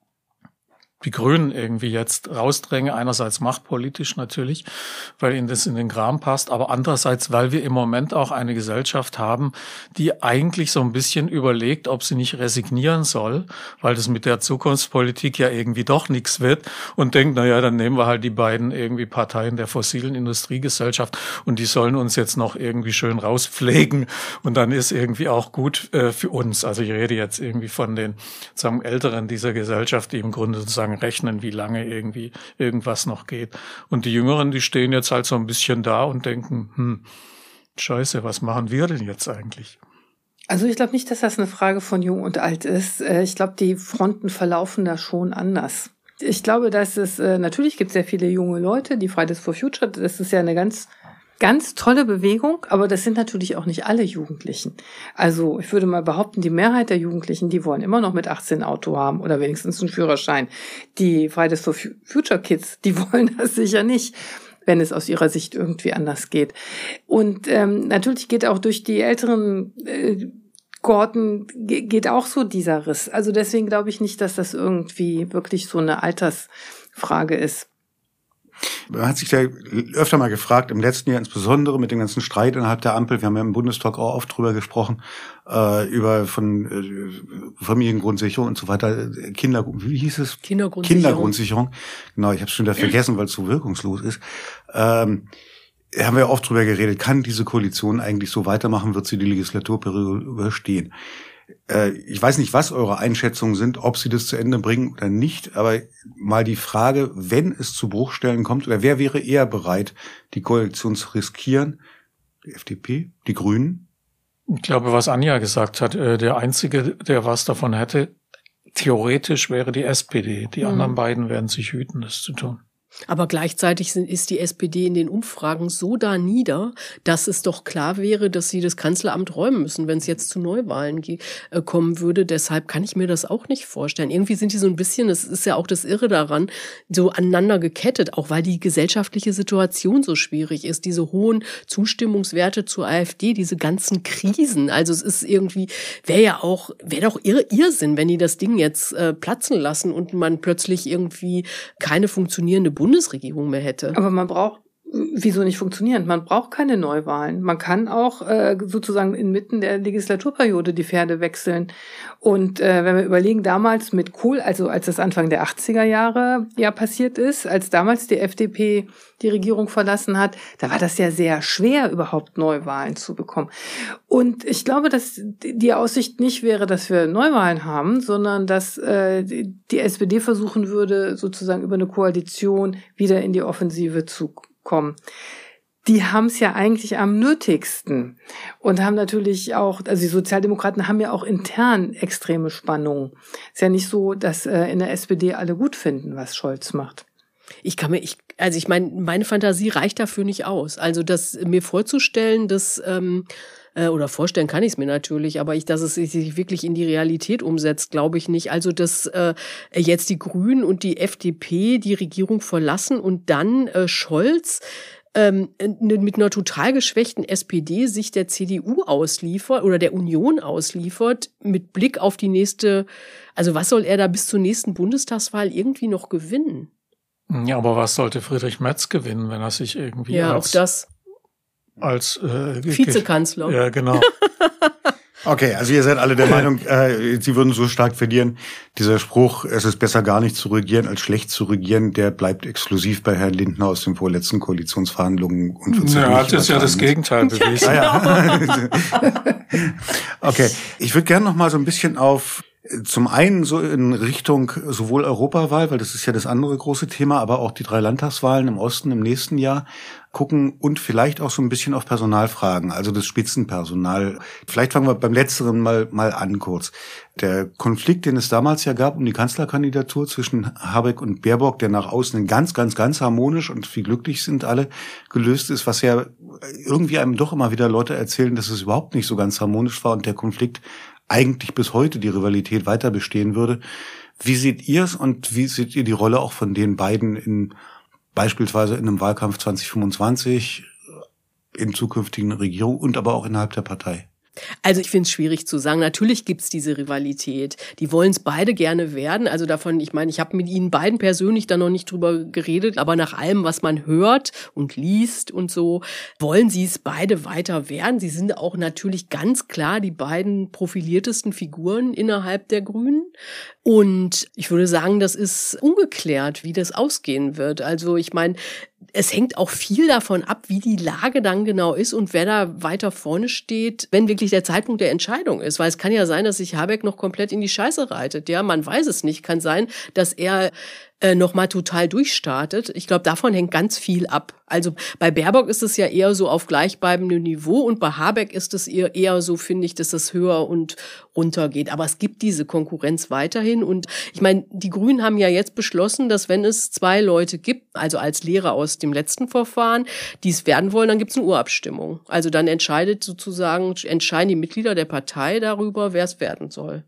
die Grünen irgendwie jetzt rausdrängen, einerseits machtpolitisch natürlich, weil ihnen das in den Kram passt, aber andererseits, weil wir im Moment auch eine Gesellschaft haben, die eigentlich so ein bisschen überlegt, ob sie nicht resignieren soll, weil das mit der Zukunftspolitik ja irgendwie doch nichts wird, und denkt, na ja, dann nehmen wir halt die beiden irgendwie Parteien der fossilen Industriegesellschaft und die sollen uns jetzt noch irgendwie schön rauspflegen und dann ist irgendwie auch gut äh, für uns. Also ich rede jetzt irgendwie von den, sagen, Älteren dieser Gesellschaft, die im Grunde sozusagen rechnen, wie lange irgendwie irgendwas noch geht. Und die Jüngeren, die stehen jetzt halt so ein bisschen da und denken, hm, scheiße, was machen wir denn jetzt eigentlich? Also ich glaube nicht, dass das eine Frage von Jung und Alt ist. Ich glaube, die Fronten verlaufen da schon anders. Ich glaube, dass es, natürlich gibt es sehr viele junge Leute, die Fridays for Future, das ist ja eine ganz ganz tolle Bewegung, aber das sind natürlich auch nicht alle Jugendlichen. Also ich würde mal behaupten, die Mehrheit der Jugendlichen, die wollen immer noch mit achtzehn ein Auto haben oder wenigstens einen Führerschein. Die Fridays for Future Kids, die wollen das sicher nicht, wenn es aus ihrer Sicht irgendwie anders geht. Und ähm, natürlich geht auch durch die älteren äh, Kohorten geht auch so dieser Riss. Also deswegen glaube ich nicht, dass das irgendwie wirklich so eine Altersfrage ist. Man hat sich ja öfter mal gefragt, im letzten Jahr insbesondere mit dem ganzen Streit innerhalb der Ampel, wir haben ja im Bundestag auch oft drüber gesprochen, äh, über von äh, Familiengrundsicherung und so weiter, Kinder, wie hieß es? Kindergrundsicherung. Kindergrundsicherung. Genau, ich habe es schon wieder vergessen, weil es so wirkungslos ist. Ähm, haben wir oft drüber geredet, kann diese Koalition eigentlich so weitermachen, wird sie die Legislaturperiode überstehen? Ich weiß nicht, was eure Einschätzungen sind, ob sie das zu Ende bringen oder nicht, aber mal die Frage, wenn es zu Bruchstellen kommt, oder wer wäre eher bereit, die Koalition zu riskieren? Die F D P, die Grünen? Ich glaube, was Anja gesagt hat, der Einzige, der was davon hätte, theoretisch wäre die S P D. Die mhm. anderen beiden werden sich hüten, das zu tun. Aber gleichzeitig sind, ist die S P D in den Umfragen so da nieder, dass es doch klar wäre, dass sie das Kanzleramt räumen müssen, wenn es jetzt zu Neuwahlen ge- äh, kommen würde. Deshalb kann ich mir das auch nicht vorstellen. Irgendwie sind die so ein bisschen, das ist ja auch das Irre daran, so aneinander gekettet, auch weil die gesellschaftliche Situation so schwierig ist. Diese hohen Zustimmungswerte zur AfD, diese ganzen Krisen. Also es ist irgendwie, wäre ja auch, wäre doch Irr- Irrsinn, wenn die das Ding jetzt äh, platzen lassen und man plötzlich irgendwie keine funktionierende Bundesregierung mehr hätte. Aber man braucht, wieso nicht funktionieren? Man braucht keine Neuwahlen. Man kann auch äh, sozusagen inmitten der Legislaturperiode die Pferde wechseln. Und äh, wenn wir überlegen, damals mit Kohl, also als das Anfang der achtziger Jahre ja passiert ist, als damals die F D P die Regierung verlassen hat, da war das ja sehr schwer, überhaupt Neuwahlen zu bekommen. Und ich glaube, dass die Aussicht nicht wäre, dass wir Neuwahlen haben, sondern dass äh, die S P D versuchen würde, sozusagen über eine Koalition wieder in die Offensive zu kommen. Die haben es ja eigentlich am nötigsten und haben natürlich auch, also die Sozialdemokraten haben ja auch intern extreme Spannungen. Ist ja nicht so, dass äh, in der S P D alle gut finden, was Scholz macht. Ich kann mir, ich, also ich meine, meine Fantasie reicht dafür nicht aus. Also das mir vorzustellen, dass ähm, äh, oder vorstellen kann ich es mir natürlich, aber ich, dass es sich wirklich in die Realität umsetzt, glaube ich nicht. Also dass äh, jetzt die Grünen und die F D P die Regierung verlassen und dann äh, Scholz ähm, mit einer total geschwächten S P D sich der C D U ausliefert oder der Union ausliefert mit Blick auf die nächste. Also was soll er da bis zur nächsten Bundestagswahl irgendwie noch gewinnen? Ja, aber was sollte Friedrich Merz gewinnen, wenn er sich irgendwie ja, als, auch das. als äh, Vizekanzler. Ja, genau. Okay, also ihr seid alle der Meinung, äh, sie würden so stark verlieren. Dieser Spruch, es ist besser gar nicht zu regieren als schlecht zu regieren, der bleibt exklusiv bei Herrn Lindner aus den vorletzten Koalitionsverhandlungen. Und wird ja, hat jetzt ja das Gegenteil bewiesen. Ja, ja. Okay, ich würde gerne noch mal so ein bisschen auf zum einen so in Richtung sowohl Europawahl, weil das ist ja das andere große Thema, aber auch die drei Landtagswahlen im Osten im nächsten Jahr gucken und vielleicht auch so ein bisschen auf Personalfragen, also das Spitzenpersonal. Vielleicht fangen wir beim Letzteren mal mal an kurz. Der Konflikt, den es damals ja gab um die Kanzlerkandidatur zwischen Habeck und Baerbock, der nach außen ganz, ganz, ganz harmonisch und wie glücklich sind alle gelöst ist, was ja irgendwie einem doch immer wieder Leute erzählen, dass es überhaupt nicht so ganz harmonisch war und der Konflikt eigentlich bis heute die Rivalität weiter bestehen würde. Wie seht ihr es und wie seht ihr die Rolle auch von den beiden in beispielsweise in einem Wahlkampf zwanzig fünfundzwanzig, in zukünftigen Regierungen und aber auch innerhalb der Partei? Also ich finde es schwierig zu sagen. Natürlich gibt's diese Rivalität. Die wollen es beide gerne werden. Also davon, ich meine, ich habe mit ihnen beiden persönlich da noch nicht drüber geredet, aber nach allem, was man hört und liest und so, wollen sie es beide weiter werden. Sie sind auch natürlich ganz klar die beiden profiliertesten Figuren innerhalb der Grünen. Und ich würde sagen, das ist ungeklärt, wie das ausgehen wird. Also ich meine, es hängt auch viel davon ab, wie die Lage dann genau ist und wer da weiter vorne steht, wenn wirklich der Zeitpunkt der Entscheidung ist. Weil es kann ja sein, dass sich Habeck noch komplett in die Scheiße reitet. Ja, man weiß es nicht. Kann sein, dass er äh, nochmal total durchstartet. Ich glaube, davon hängt ganz viel ab. Also bei Baerbock ist es ja eher so auf gleichbleibendem Niveau und bei Habeck ist es eher, eher so, finde ich, dass es höher und runter geht. Aber es gibt diese Konkurrenz weiterhin. Und ich meine, die Grünen haben ja jetzt beschlossen, dass wenn es zwei Leute gibt, also als Lehre aus dem letzten Verfahren, die es werden wollen, dann gibt es eine Urabstimmung. Also dann entscheidet sozusagen, entscheiden die Mitglieder der Partei darüber, wer es werden soll.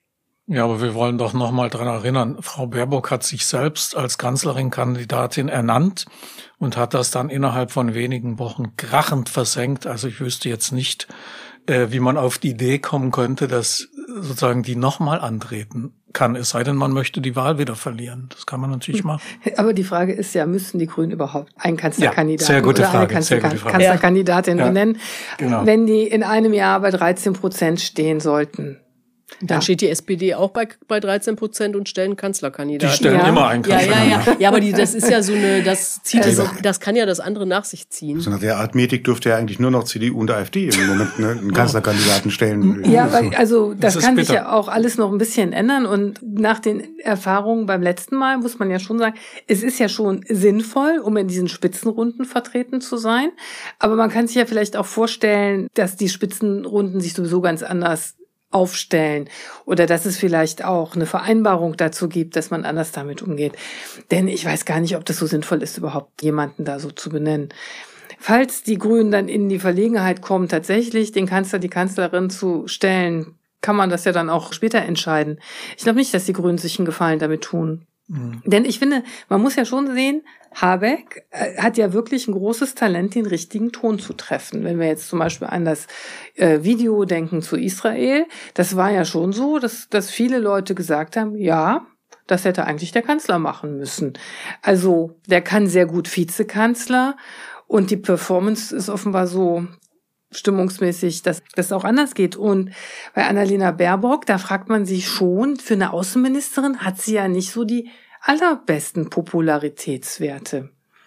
Ja, aber wir wollen doch noch mal dran erinnern, Frau Baerbock hat sich selbst als Kanzlerin-Kandidatin ernannt und hat das dann innerhalb von wenigen Wochen krachend versenkt. Also ich wüsste jetzt nicht, äh, wie man auf die Idee kommen könnte, dass sozusagen die noch mal antreten kann. Es sei denn, man möchte die Wahl wieder verlieren. Das kann man natürlich machen. Aber die Frage ist ja, müssen die Grünen überhaupt einen Kanzlerkandidaten ja, sehr gute oder Frage, eine Kanzler- sehr gute Frage. Kanzlerkandidatin ja. benennen, genau. wenn die in einem Jahr bei dreizehn Prozent stehen sollten? Dann ja. steht die S P D auch bei, bei dreizehn Prozent und stellen Kanzlerkandidaten. Die stellen ja. immer einen Kanzlerkandidaten. Ja, ja, ja. Ja, aber die, das ist ja so eine, das zieht also, das, das kann ja das andere nach sich ziehen. So nach der Arithmetik dürfte ja eigentlich nur noch C D U und AfD im Moment ne, einen Kanzlerkandidaten stellen. Ja, weil, also das, das kann bitter. sich ja auch alles noch ein bisschen ändern und nach den Erfahrungen beim letzten Mal muss man ja schon sagen, es ist ja schon sinnvoll, um in diesen Spitzenrunden vertreten zu sein, aber man kann sich ja vielleicht auch vorstellen, dass die Spitzenrunden sich sowieso ganz anders aufstellen oder dass es vielleicht auch eine Vereinbarung dazu gibt, dass man anders damit umgeht. Denn ich weiß gar nicht, ob das so sinnvoll ist, überhaupt jemanden da so zu benennen. Falls die Grünen dann in die Verlegenheit kommen, tatsächlich den Kanzler, die Kanzlerin zu stellen, kann man das ja dann auch später entscheiden. Ich glaube nicht, dass die Grünen sich einen Gefallen damit tun. Mhm. Denn ich finde, man muss ja schon sehen, Habeck hat ja wirklich ein großes Talent, den richtigen Ton zu treffen. Wenn wir jetzt zum Beispiel an das äh, Video denken zu Israel, das war ja schon so, dass, dass viele Leute gesagt haben, ja, das hätte eigentlich der Kanzler machen müssen. Also der kann sehr gut Vizekanzler und die Performance ist offenbar so stimmungsmäßig, dass das auch anders geht. Und bei Annalena Baerbock, da fragt man sich schon, für eine Außenministerin hat sie ja nicht so die allerbesten Popularitätswerte.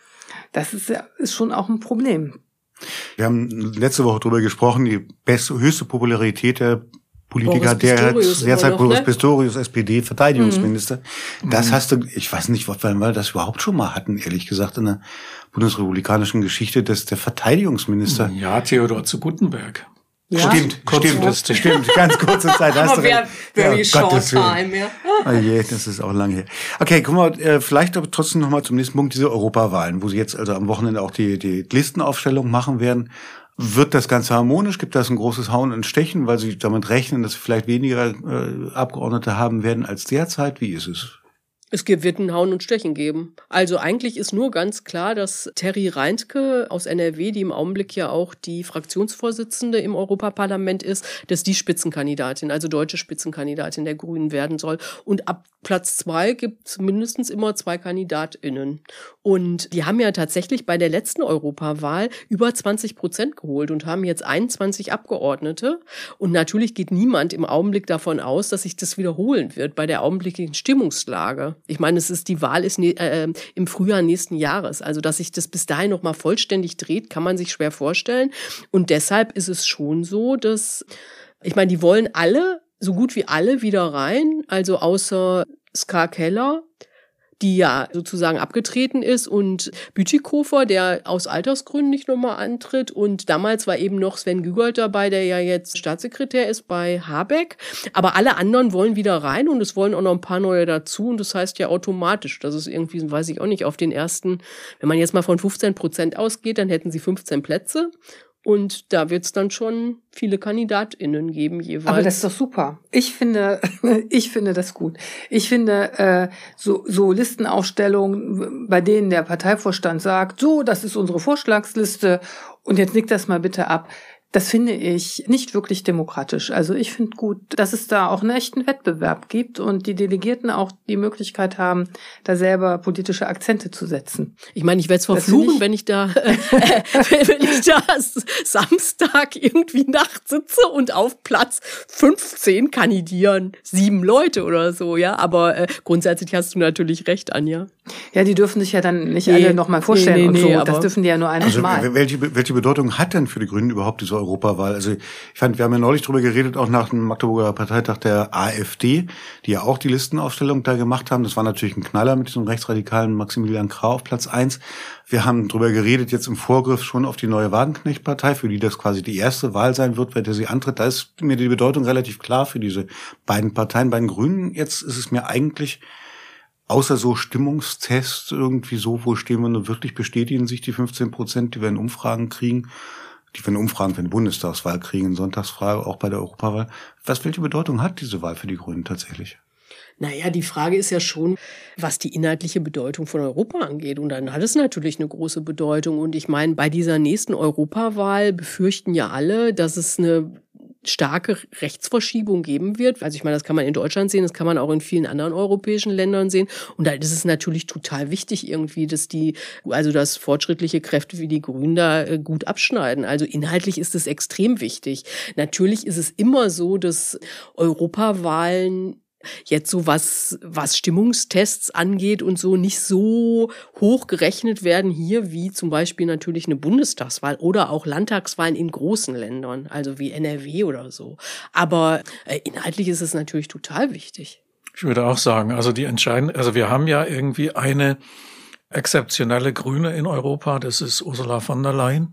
Das ist ja ist schon auch ein Problem. Wir haben letzte Woche darüber gesprochen, die beste, höchste Popularität der Politiker, Boris der Pistorius derzeit noch, Boris ne? Pistorius, S P D, Verteidigungsminister. Mhm. Das hast du, ich weiß nicht, wann wir das überhaupt schon mal hatten, ehrlich gesagt, in der bundesrepublikanischen Geschichte, dass der Verteidigungsminister... Ja, Theodor zu Guttenberg. Ja. Stimmt, Kurz stimmt, lustig. das stimmt, ganz kurze Zeit. Hast du recht. very Ja, short Gottes Willen. time, ja. Oh je, das ist auch lange her. Okay, guck mal, äh, vielleicht aber trotzdem noch mal zum nächsten Punkt, diese Europawahlen, wo sie jetzt also am Wochenende auch die, die Listenaufstellung machen werden. Wird das Ganze harmonisch? Gibt das ein großes Hauen und Stechen, weil sie damit rechnen, dass sie vielleicht weniger äh, Abgeordnete haben werden als derzeit? Wie ist es? Es wird ein Hauen und Stechen geben. Also eigentlich ist nur ganz klar, dass Terry Reintke aus N R W, die im Augenblick ja auch die Fraktionsvorsitzende im Europaparlament ist, dass die Spitzenkandidatin, also deutsche Spitzenkandidatin der Grünen werden soll. Und ab Platz zwei gibt es mindestens immer zwei KandidatInnen. Und die haben ja tatsächlich bei der letzten Europawahl über zwanzig Prozent geholt und haben jetzt einundzwanzig Abgeordnete. Und natürlich geht niemand im Augenblick davon aus, dass sich das wiederholen wird bei der augenblicklichen Stimmungslage. Ich meine, es ist die Wahl ist äh, im Frühjahr nächsten Jahres. Also, dass sich das bis dahin noch mal vollständig dreht, kann man sich schwer vorstellen. Und deshalb ist es schon so, dass, ich meine, die wollen alle, so gut wie alle wieder rein, also außer Ska Keller, die ja sozusagen abgetreten ist, und Bütikofer, der aus Altersgründen nicht nochmal antritt. Und damals war eben noch Sven Gügold dabei, der ja jetzt Staatssekretär ist bei Habeck. Aber alle anderen wollen wieder rein und es wollen auch noch ein paar neue dazu. Und das heißt ja automatisch, das ist irgendwie, weiß ich auch nicht, auf den ersten, wenn man jetzt mal von fünfzehn Prozent ausgeht, dann hätten sie fünfzehn Plätze. Und da wird es dann schon viele KandidatInnen geben jeweils. Aber das ist doch super. Ich finde, ich finde das gut. Ich finde, äh, so, so Listenaufstellungen, bei denen der Parteivorstand sagt, so, das ist unsere Vorschlagsliste und jetzt nickt das mal bitte ab. Das finde ich nicht wirklich demokratisch. Also ich finde gut, dass es da auch einen echten Wettbewerb gibt und die Delegierten auch die Möglichkeit haben, da selber politische Akzente zu setzen. Ich meine, ich werde es verfluchen, ich wenn ich da äh, wenn ich da Samstag irgendwie nachts sitze und auf Platz fünfzehn kandidieren sieben Leute oder so, ja. Aber äh, grundsätzlich hast du natürlich recht, Anja. Ja, die dürfen sich ja dann nicht nee, alle nochmal vorstellen nee, nee, und so. nee, das dürfen die ja nur einmal also, Mal. Welche, welche Bedeutung hat denn für die Grünen überhaupt diese diese Europawahl. Also ich fand, wir haben ja neulich drüber geredet, auch nach dem Magdeburger Parteitag der AfD, die ja auch die Listenaufstellung da gemacht haben. Das war natürlich ein Knaller mit diesem rechtsradikalen Maximilian Krah auf Platz eins. Wir haben drüber geredet, jetzt im Vorgriff schon auf die neue Wagenknecht-Partei, für die das quasi die erste Wahl sein wird, bei der sie antritt. Da ist mir die Bedeutung relativ klar für diese beiden Parteien. Bei den Grünen jetzt ist es mir eigentlich, außer so Stimmungstests irgendwie so, wo stehen wir nur wirklich, bestätigen sich die fünfzehn Prozent, die wir in Umfragen kriegen, die wir in Umfragen für eine Bundestagswahl kriegen, in Sonntagsfrage, auch bei der Europawahl. Was, welche Bedeutung hat diese Wahl für die Grünen tatsächlich? Naja, die Frage ist ja schon, was die inhaltliche Bedeutung von Europa angeht. Und dann hat es natürlich eine große Bedeutung. Und ich meine, bei dieser nächsten Europawahl befürchten ja alle, dass es eine starke Rechtsverschiebung geben wird. Also ich meine, das kann man in Deutschland sehen, das kann man auch in vielen anderen europäischen Ländern sehen. Und da ist es natürlich total wichtig irgendwie, dass die, also dass fortschrittliche Kräfte wie die Grünen da gut abschneiden. Also inhaltlich ist es extrem wichtig. Natürlich ist es immer so, dass Europawahlen jetzt so was, was Stimmungstests angeht und so nicht so hoch gerechnet werden hier wie zum Beispiel natürlich eine Bundestagswahl oder auch Landtagswahlen in großen Ländern, also wie N R W oder so. Aber äh, inhaltlich ist es natürlich total wichtig. Ich würde auch sagen, also die entscheidende, also wir haben ja irgendwie eine exzeptionelle Grüne in Europa, das ist Ursula von der Leyen.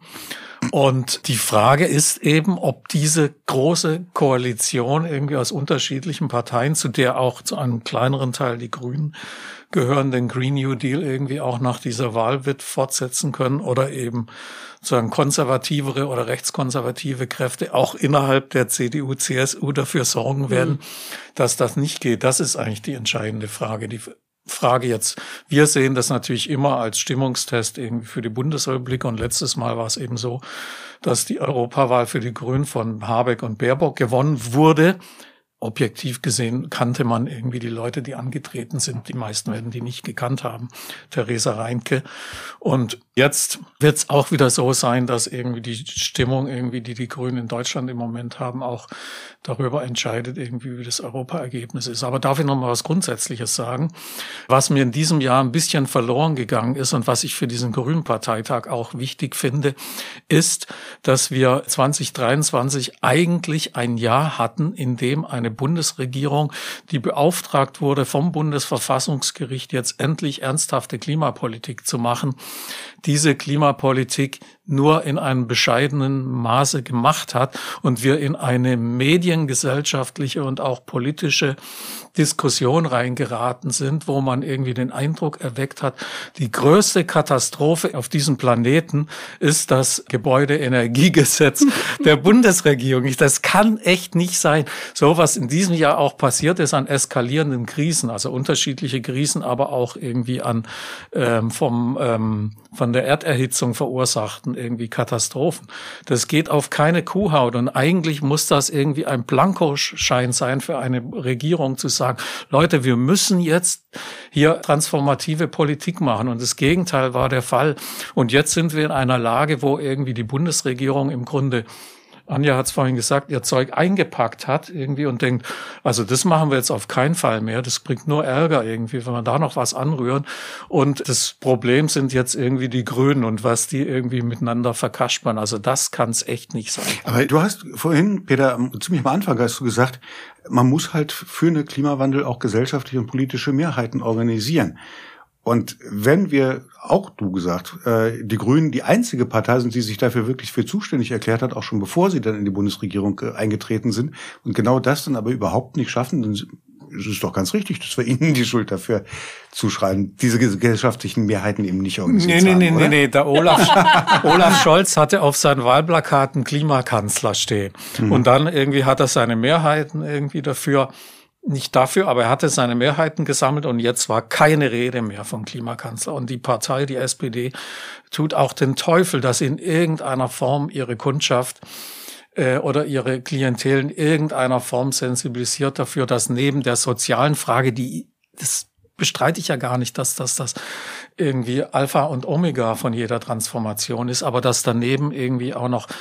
Und die Frage ist eben, ob diese große Koalition irgendwie aus unterschiedlichen Parteien, zu der auch zu einem kleineren Teil die Grünen gehören, den Green New Deal irgendwie auch nach dieser Wahl wird fortsetzen können oder eben sozusagen konservativere oder rechtskonservative Kräfte auch innerhalb der C D U, C S U dafür sorgen werden, mhm. dass das nicht geht. Das ist eigentlich die entscheidende Frage. Die Frage jetzt, wir sehen das natürlich immer als Stimmungstest irgendwie für die Bundesrepublik und letztes Mal war es eben so, dass die Europawahl für die Grünen von Habeck und Baerbock gewonnen wurde. Objektiv gesehen kannte man irgendwie die Leute, die angetreten sind. Die meisten werden die nicht gekannt haben. Theresa Reinke. Und jetzt wird es auch wieder so sein, dass irgendwie die Stimmung, irgendwie, die die Grünen in Deutschland im Moment haben, auch darüber entscheidet, irgendwie, wie das Europaergebnis ist. Aber darf ich noch mal was Grundsätzliches sagen? Was mir in diesem Jahr ein bisschen verloren gegangen ist und was ich für diesen Grünen Parteitag auch wichtig finde, ist, dass wir zwanzig dreiundzwanzig eigentlich ein Jahr hatten, in dem eine Bundesregierung, die beauftragt wurde vom Bundesverfassungsgericht, jetzt endlich ernsthafte Klimapolitik zu machen, diese Klimapolitik nur in einem bescheidenen Maße gemacht hat und wir in eine mediengesellschaftliche und auch politische Diskussion reingeraten sind, wo man irgendwie den Eindruck erweckt hat, die größte Katastrophe auf diesem Planeten ist das Gebäudeenergiegesetz der Bundesregierung. Das kann echt nicht sein. So was in diesem Jahr auch passiert ist an eskalierenden Krisen, also unterschiedliche Krisen, aber auch irgendwie an ähm, vom ähm, von der Erderhitzung verursachten irgendwie Katastrophen. Das geht auf keine Kuhhaut und eigentlich muss das irgendwie ein Blankoschein sein für eine Regierung zu sagen, Leute, wir müssen jetzt hier transformative Politik machen und das Gegenteil war der Fall. Und jetzt sind wir in einer Lage, wo irgendwie die Bundesregierung im Grunde, Anja hat es vorhin gesagt, ihr Zeug eingepackt hat irgendwie und denkt, also das machen wir jetzt auf keinen Fall mehr. Das bringt nur Ärger irgendwie, wenn wir da noch was anrühren. Und das Problem sind jetzt irgendwie die Grünen und was die irgendwie miteinander verkaspern. Also das kann es echt nicht sein. Aber du hast vorhin, Peter, ziemlich am Anfang hast du gesagt, man muss halt für einen Klimawandel auch gesellschaftliche und politische Mehrheiten organisieren. Und wenn wir, auch du gesagt, äh, die Grünen die einzige Partei sind, die sich dafür wirklich für zuständig erklärt hat, auch schon bevor sie dann in die Bundesregierung äh, eingetreten sind, und genau das dann aber überhaupt nicht schaffen, dann ist es doch ganz richtig, dass wir ihnen die Schuld dafür zuschreiben, diese gesellschaftlichen Mehrheiten eben nicht organisiert nee, haben, nee, nee, oder? Nee, nee, der Olaf, Olaf Scholz hatte auf seinen Wahlplakaten Klimakanzler stehen. Mhm. Und dann irgendwie hat er seine Mehrheiten irgendwie dafür, nicht dafür, aber er hatte seine Mehrheiten gesammelt und jetzt war keine Rede mehr vom Klimakanzler. Und die Partei, die S P D, tut auch den Teufel, dass sie in irgendeiner Form ihre Kundschaft äh, oder ihre Klientel in irgendeiner Form sensibilisiert dafür, dass neben der sozialen Frage, die das bestreite ich ja gar nicht, dass das das irgendwie Alpha und Omega von jeder Transformation ist, aber dass daneben irgendwie auch noch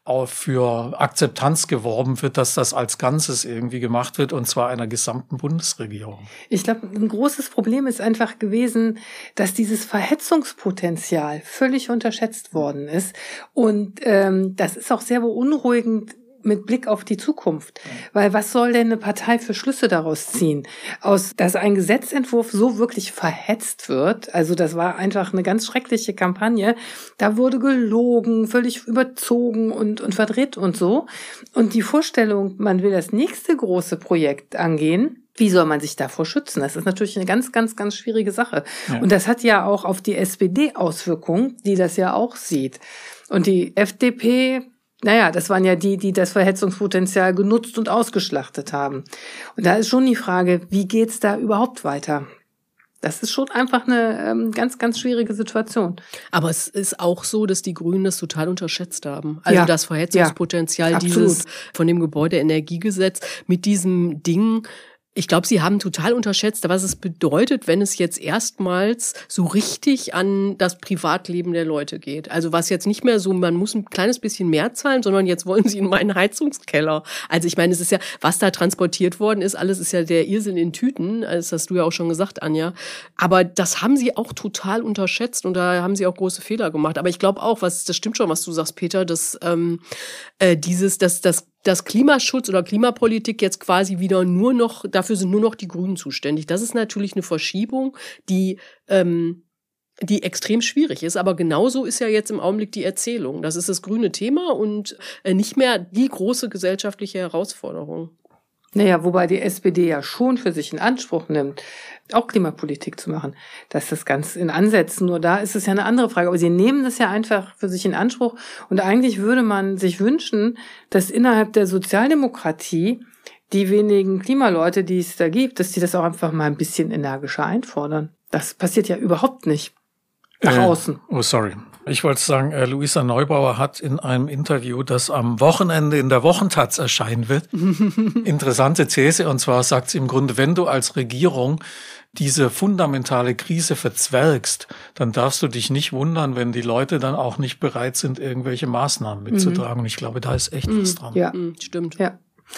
auch für Akzeptanz geworben wird, dass das als Ganzes irgendwie gemacht wird, und zwar einer gesamten Bundesregierung. Ich glaube, ein großes Problem ist einfach gewesen, dass dieses Verhetzungspotenzial völlig unterschätzt worden ist. Und ähm, das ist auch sehr beunruhigend mit Blick auf die Zukunft. Weil was soll denn eine Partei für Schlüsse daraus ziehen? Aus, dass ein Gesetzentwurf so wirklich verhetzt wird, also das war einfach eine ganz schreckliche Kampagne, da wurde gelogen, völlig überzogen und, und verdreht und so. Und die Vorstellung, man will das nächste große Projekt angehen, wie soll man sich davor schützen? Das ist natürlich eine ganz, ganz, ganz schwierige Sache. Ja. Und das hat ja auch auf die S P D Auswirkungen, die das ja auch sieht. Und die F D P, naja, das waren ja die, die das Verhetzungspotenzial genutzt und ausgeschlachtet haben. Und da ist schon die Frage, wie geht's da überhaupt weiter? Das ist schon einfach eine ähm, ganz, ganz schwierige Situation. Aber es ist auch so, dass die Grünen das total unterschätzt haben. Also ja. das Verhetzungspotenzial ja, dieses von dem Gebäudeenergiegesetz mit diesem Ding. Ich glaube, Sie haben total unterschätzt, was es bedeutet, wenn es jetzt erstmals so richtig an das Privatleben der Leute geht. Also was jetzt nicht mehr so, man muss ein kleines bisschen mehr zahlen, sondern jetzt wollen Sie in meinen Heizungskeller. Also ich meine, es ist ja, was da transportiert worden ist, alles ist ja der Irrsinn in Tüten. Das hast du ja auch schon gesagt, Anja. Aber das haben Sie auch total unterschätzt und da haben Sie auch große Fehler gemacht. Aber ich glaube auch, was das stimmt schon, was du sagst, Peter, dass ähm, äh, dieses, dass das dass Klimaschutz oder Klimapolitik jetzt quasi wieder nur noch, dafür sind nur noch die Grünen zuständig. Das ist natürlich eine Verschiebung, die ähm, die extrem schwierig ist. Aber genauso ist ja jetzt im Augenblick die Erzählung. Das ist das grüne Thema und äh, nicht mehr die große gesellschaftliche Herausforderung. Naja, wobei die S P D ja schon für sich in Anspruch nimmt, auch Klimapolitik zu machen. Das ist das ganz in Ansätzen. Nur da ist es ja eine andere Frage. Aber sie nehmen das ja einfach für sich in Anspruch. Und eigentlich würde man sich wünschen, dass innerhalb der Sozialdemokratie die wenigen Klimaleute, die es da gibt, dass die das auch einfach mal ein bisschen energischer einfordern. Das passiert ja überhaupt nicht nach äh, außen. Oh, sorry. Ich wollte sagen, äh, Luisa Neubauer hat in einem Interview, das am Wochenende in der Wochentaz erscheinen wird, interessante These. Und zwar sagt sie im Grunde, wenn du als Regierung diese fundamentale Krise verzwergst, dann darfst du dich nicht wundern, wenn die Leute dann auch nicht bereit sind, irgendwelche Maßnahmen mitzutragen. Mhm. Und ich glaube, da ist echt mhm. was dran. Ja, mhm, stimmt. Ja.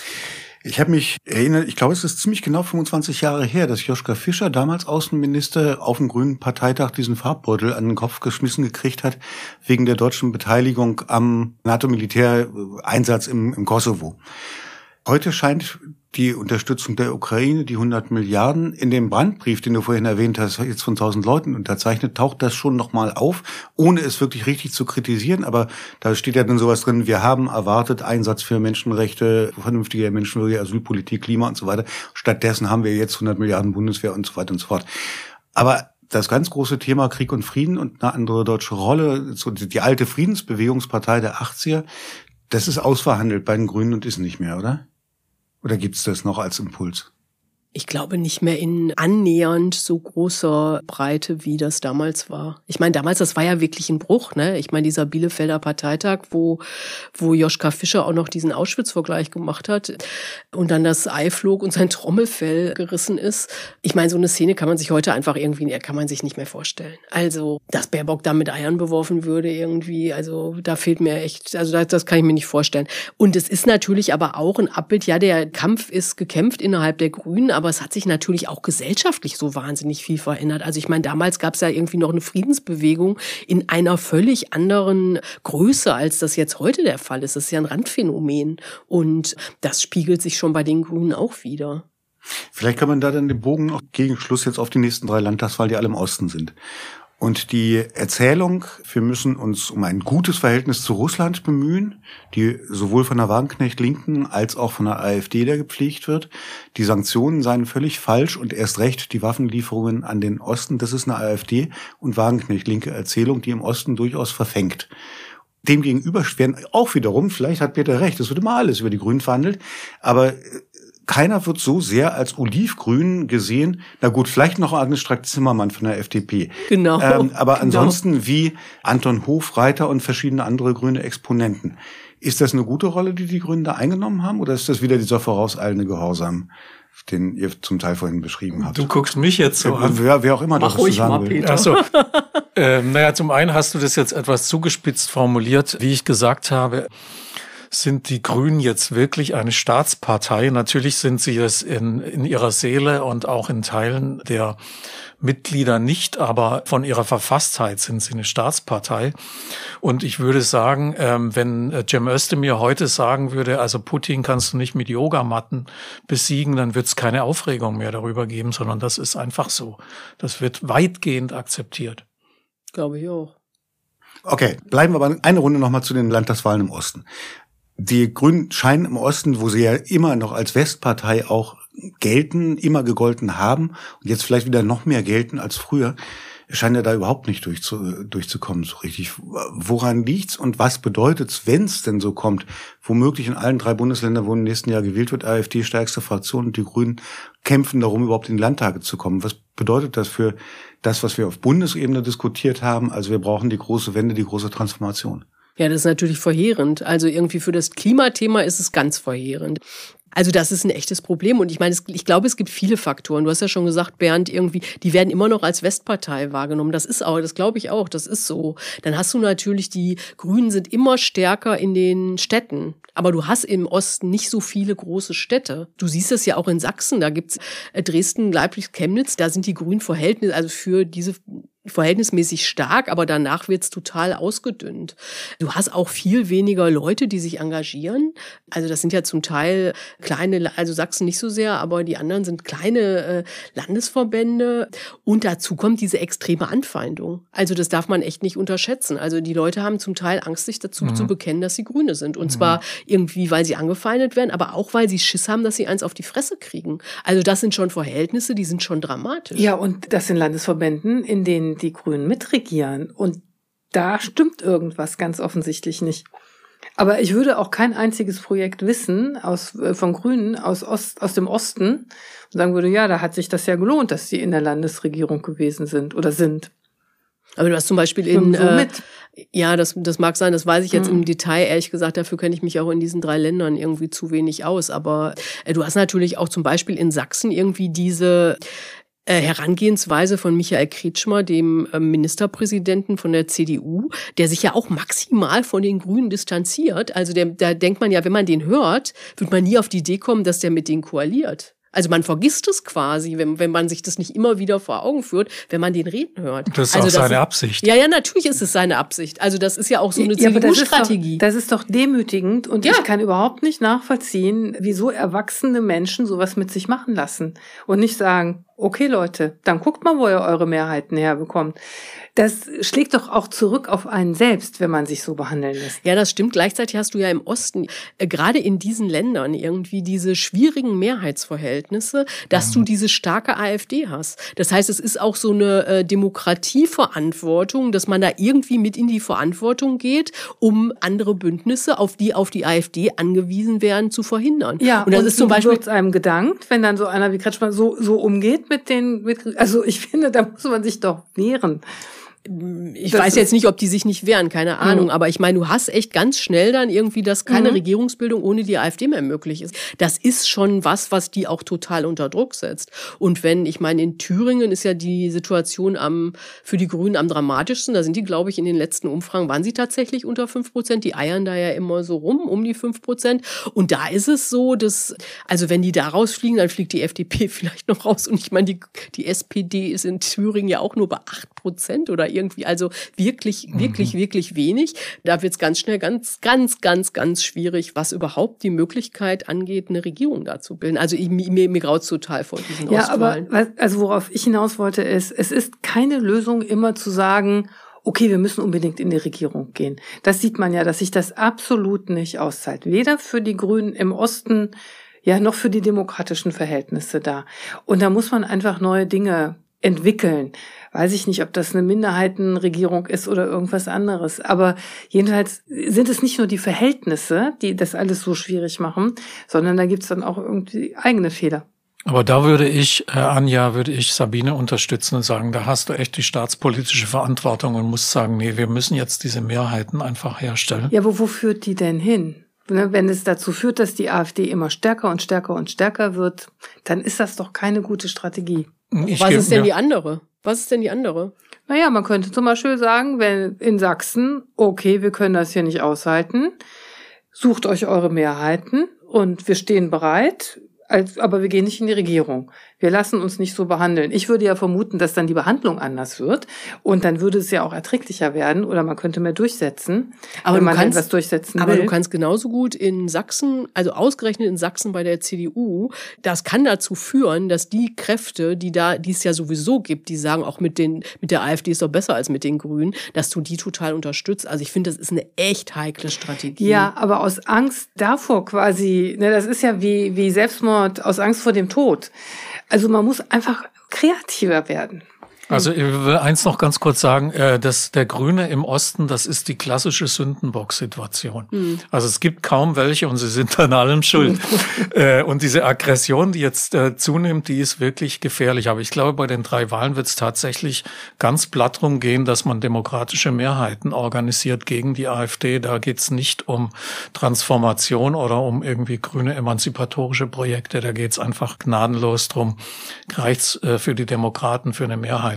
Ich habe mich erinnert, ich glaube, es ist ziemlich genau fünfundzwanzig Jahre her, dass Joschka Fischer, damals Außenminister, auf dem Grünen Parteitag diesen Farbbeutel an den Kopf geschmissen gekriegt hat, wegen der deutschen Beteiligung am NATO-Militäreinsatz im, im Kosovo. Heute scheint die Unterstützung der Ukraine, die hundert Milliarden, in dem Brandbrief, den du vorhin erwähnt hast, jetzt von tausend Leuten unterzeichnet, taucht das schon nochmal auf, ohne es wirklich richtig zu kritisieren. Aber da steht ja dann sowas drin, wir haben erwartet Einsatz für Menschenrechte, vernünftige menschenwürdige Asylpolitik, Klima und so weiter. Stattdessen haben wir jetzt hundert Milliarden Bundeswehr und so weiter und so fort. Aber das ganz große Thema Krieg und Frieden und eine andere deutsche Rolle, so die alte Friedensbewegungspartei der achtziger, das ist ausverhandelt bei den Grünen und ist nicht mehr, oder? Oder gibt's das noch als Impuls? Ich glaube nicht mehr in annähernd so großer Breite, wie das damals war. Ich meine, damals, das war ja wirklich ein Bruch, ne? Ich meine, dieser Bielefelder Parteitag, wo wo Joschka Fischer auch noch diesen Auschwitz-Vergleich gemacht hat und dann das Ei flog und sein Trommelfell gerissen ist. Ich meine, so eine Szene kann man sich heute einfach irgendwie, kann man sich nicht mehr vorstellen. Also, dass Baerbock da mit Eiern beworfen würde irgendwie, also da fehlt mir echt, also das, das kann ich mir nicht vorstellen. Und es ist natürlich aber auch ein Abbild, ja, der Kampf ist gekämpft innerhalb der Grünen, aber es hat sich natürlich auch gesellschaftlich so wahnsinnig viel verändert. Also ich meine, damals gab es ja irgendwie noch eine Friedensbewegung in einer völlig anderen Größe, als das jetzt heute der Fall ist. Das ist ja ein Randphänomen und das spiegelt sich schon bei den Grünen auch wieder. Vielleicht kann man da dann den Bogen auch gegen Schluss jetzt auf die nächsten drei Landtagswahlen, die alle im Osten sind. Und die Erzählung, wir müssen uns um ein gutes Verhältnis zu Russland bemühen, die sowohl von der Wagenknecht-Linken als auch von der AfD da gepflegt wird. Die Sanktionen seien völlig falsch und erst recht die Waffenlieferungen an den Osten. Das ist eine AfD- und Wagenknecht-linke Erzählung, die im Osten durchaus verfängt. Demgegenüber werden auch wiederum, vielleicht hat Peter recht, es wird immer alles über die Grünen verhandelt, aber keiner wird so sehr als olivgrün gesehen. Na gut, vielleicht noch Agnes Strack-Zimmermann von der F D P. Genau. Ähm, aber genau. ansonsten wie Anton Hofreiter und verschiedene andere grüne Exponenten. Ist das eine gute Rolle, die die Grünen da eingenommen haben? Oder ist das wieder dieser vorauseilende Gehorsam, den ihr zum Teil vorhin beschrieben habt? Du guckst mich jetzt so an. Wer, wer auch immer das ruhig sagen mal, will. Peter. Ach so. ähm, naja, zum einen hast du das jetzt etwas zugespitzt formuliert, wie ich gesagt habe. sind die Grünen jetzt wirklich eine Staatspartei? Natürlich sind sie es in, in ihrer Seele und auch in Teilen der Mitglieder nicht, aber von ihrer Verfasstheit sind sie eine Staatspartei. Und ich würde sagen, ähm, wenn Cem Özdemir heute sagen würde, also Putin kannst du nicht mit Yogamatten besiegen, dann wird es keine Aufregung mehr darüber geben, sondern das ist einfach so. Das wird weitgehend akzeptiert. Glaube ich auch. Okay, bleiben wir aber eine Runde nochmal zu den Landtagswahlen im Osten. Die Grünen scheinen im Osten, wo sie ja immer noch als Westpartei auch gelten, immer gegolten haben und jetzt vielleicht wieder noch mehr gelten als früher, scheinen ja da überhaupt nicht durchzu, durchzukommen so richtig. Woran liegt's und was bedeutet's, wenn es denn so kommt? Womöglich in allen drei Bundesländern, wo im nächsten Jahr gewählt wird, AfD stärkste Fraktion und die Grünen kämpfen darum, überhaupt in die Landtage zu kommen. Was bedeutet das für das, was wir auf Bundesebene diskutiert haben? Also wir brauchen die große Wende, die große Transformation. Ja, das ist natürlich verheerend. Also irgendwie für das Klimathema ist es ganz verheerend. Also das ist ein echtes Problem und ich meine, ich glaube, es gibt viele Faktoren. Du hast ja schon gesagt, Bernd, irgendwie, die werden immer noch als Westpartei wahrgenommen. Das ist auch, das glaube ich auch, das ist so. Dann hast du natürlich, die Grünen sind immer stärker in den Städten. Aber du hast im Osten nicht so viele große Städte. Du siehst es ja auch in Sachsen, da gibt's Dresden, Leipzig, Chemnitz, da sind die Grünen Verhältnis, also für diese verhältnismäßig stark, aber danach wird's total ausgedünnt. Du hast auch viel weniger Leute, die sich engagieren. Also das sind ja zum Teil kleine, also Sachsen nicht so sehr, aber die anderen sind kleine äh, Landesverbände. Und dazu kommt diese extreme Anfeindung. Also das darf man echt nicht unterschätzen. Also die Leute haben zum Teil Angst, sich dazu mhm. zu bekennen, dass sie Grüne sind. Und mhm. zwar irgendwie, weil sie angefeindet werden, aber auch, weil sie Schiss haben, dass sie eins auf die Fresse kriegen. Also das sind schon Verhältnisse, die sind schon dramatisch. Ja, und das sind Landesverbänden, in denen die Grünen mitregieren. Und da stimmt irgendwas ganz offensichtlich nicht. Aber ich würde auch kein einziges Projekt wissen aus, äh, von Grünen aus, Ost, aus dem Osten und sagen würde, ja, da hat sich das ja gelohnt, dass sie in der Landesregierung gewesen sind oder sind. Aber du hast zum Beispiel in, so äh, ja, das, das mag sein, das weiß ich jetzt mhm. im Detail, ehrlich gesagt, dafür kenne ich mich auch in diesen drei Ländern irgendwie zu wenig aus. Aber äh, du hast natürlich auch zum Beispiel in Sachsen irgendwie diese Äh, Herangehensweise von Michael Kretschmer, dem äh, Ministerpräsidenten von der C D U, der sich ja auch maximal von den Grünen distanziert. Also der, da denkt man ja, wenn man den hört, wird man nie auf die Idee kommen, dass der mit denen koaliert. Also man vergisst es quasi, wenn, wenn man sich das nicht immer wieder vor Augen führt, wenn man den reden hört. Das ist also auch das seine ist, Absicht. Ja, ja, natürlich ist es seine Absicht. Also das ist ja auch so eine ja, C D U-Strategie. Das, das ist doch demütigend und ja. ich kann überhaupt nicht nachvollziehen, wieso erwachsene Menschen sowas mit sich machen lassen und nicht sagen, okay Leute, dann guckt mal, wo ihr eure Mehrheiten herbekommt. Das schlägt doch auch zurück auf einen selbst, wenn man sich so behandeln lässt. Ja, das stimmt. Gleichzeitig hast du ja im Osten, äh, gerade in diesen Ländern irgendwie diese schwierigen Mehrheitsverhältnisse, dass mhm. du diese starke AfD hast. Das heißt, es ist auch so eine äh, Demokratieverantwortung, dass man da irgendwie mit in die Verantwortung geht, um andere Bündnisse, auf die auf die AfD angewiesen werden, zu verhindern. Ja, und das und ist zum Beispiel wird's einem gedankt, wenn dann so einer wie Kretschmann so so umgeht mit den, mit, also ich finde, da muss man sich doch wehren. Ich das weiß jetzt nicht, ob die sich nicht wehren, keine Ahnung. Mhm. Aber ich meine, du hast echt ganz schnell dann irgendwie, dass keine mhm. Regierungsbildung ohne die AfD mehr möglich ist. Das ist schon was, was die auch total unter Druck setzt. Und wenn, ich meine, in Thüringen ist ja die Situation am für die Grünen am dramatischsten. Da sind die, glaube ich, in den letzten Umfragen, waren sie tatsächlich unter fünf Prozent. Die eiern da ja immer so rum, um die fünf Prozent. Und da ist es so, dass, also wenn die da rausfliegen, dann fliegt die F D P vielleicht noch raus. Und ich meine, die, die S P D ist in Thüringen ja auch nur bei acht Prozent oder irgendwie, also wirklich, wirklich, mhm. wirklich wenig. Da wird es ganz schnell ganz, ganz, ganz, ganz schwierig, was überhaupt die Möglichkeit angeht, eine Regierung da zu bilden. Also ich, mir, mir graut's total vor diesen ja, Auswahlen. Aber also worauf ich hinaus wollte, ist, es ist keine Lösung, immer zu sagen, okay, wir müssen unbedingt in die Regierung gehen. Das sieht man ja, dass sich das absolut nicht auszahlt. Weder für die Grünen im Osten, ja, noch für die demokratischen Verhältnisse da. Und da muss man einfach neue Dinge entwickeln. Weiß ich nicht, ob das eine Minderheitenregierung ist oder irgendwas anderes. Aber jedenfalls sind es nicht nur die Verhältnisse, die das alles so schwierig machen, sondern da gibt's dann auch irgendwie eigene Fehler. Aber da würde ich, äh, Anja, würde ich Sabine unterstützen und sagen, da hast du echt die staatspolitische Verantwortung und musst sagen, nee, wir müssen jetzt diese Mehrheiten einfach herstellen. Ja, aber wo führt die denn hin? Wenn es dazu führt, dass die AfD immer stärker und stärker und stärker wird, dann ist das doch keine gute Strategie. Ich Was ist denn ja. die andere? Was ist denn die andere? Naja, man könnte zum Beispiel sagen, wenn in Sachsen, okay, wir können das hier nicht aushalten, sucht euch eure Mehrheiten und wir stehen bereit, als, aber wir gehen nicht in die Regierung. Wir lassen uns nicht so behandeln. Ich würde ja vermuten, dass dann die Behandlung anders wird und dann würde es ja auch erträglicher werden oder man könnte mehr durchsetzen, aber wenn du man kannst, etwas durchsetzen aber will. du kannst genauso gut in Sachsen, also ausgerechnet in Sachsen bei der C D U, das kann dazu führen, dass die Kräfte, die da, die es ja sowieso gibt, die sagen auch mit den, mit der AfD ist doch besser als mit den Grünen, dass du die total unterstützt. Also ich finde, das ist eine echt heikle Strategie. Ja, aber aus Angst davor quasi, ne, das ist ja wie, wie Selbstmord aus Angst vor dem Tod. Also man muss einfach kreativer werden. Also ich will eins noch ganz kurz sagen, äh, dass der Grüne im Osten, das ist die klassische Sündenbock-Situation. Mhm. Also es gibt kaum welche und sie sind an allem schuld. äh, und diese Aggression, die jetzt äh, zunimmt, die ist wirklich gefährlich. Aber ich glaube, bei den drei Wahlen wird es tatsächlich ganz platt drum gehen, dass man demokratische Mehrheiten organisiert gegen die AfD. Da geht es nicht um Transformation oder um irgendwie grüne emanzipatorische Projekte. Da geht es einfach gnadenlos drum, reicht's äh, für die Demokraten für eine Mehrheit.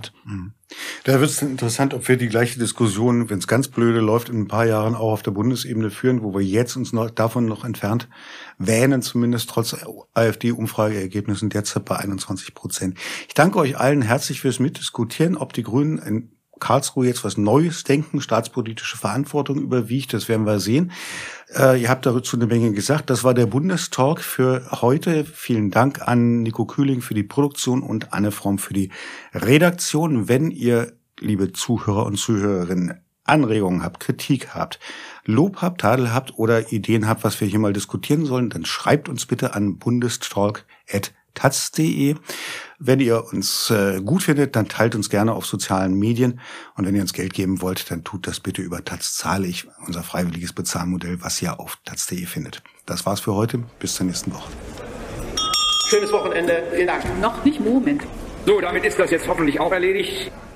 Da wird es interessant, ob wir die gleiche Diskussion, wenn es ganz blöde läuft, in ein paar Jahren auch auf der Bundesebene führen, wo wir jetzt uns noch davon noch entfernt wähnen, zumindest trotz AfD-Umfrageergebnissen derzeit bei einundzwanzig Prozent. Ich danke euch allen herzlich fürs Mitdiskutieren, ob die Grünen in Karlsruhe jetzt was Neues denken, staatspolitische Verantwortung überwiegt, das werden wir sehen. Äh, ihr habt dazu eine Menge gesagt. Das war der Bundestalk für heute. Vielen Dank an Nico Kühling für die Produktion und Anne Fromm für die Redaktion. Wenn ihr, liebe Zuhörer und Zuhörerinnen, Anregungen habt, Kritik habt, Lob habt, Tadel habt oder Ideen habt, was wir hier mal diskutieren sollen, dann schreibt uns bitte an bundestalk at taz punkt de. Wenn ihr uns äh, gut findet, dann teilt uns gerne auf sozialen Medien. Und wenn ihr uns Geld geben wollt, dann tut das bitte über Taz zahle ich, unser freiwilliges Bezahlmodell, was ihr auf taz punkt de findet. Das war's für heute. Bis zur nächsten Woche. Schönes Wochenende. Vielen Dank. Noch nicht Moment. So, damit ist das jetzt hoffentlich auch erledigt.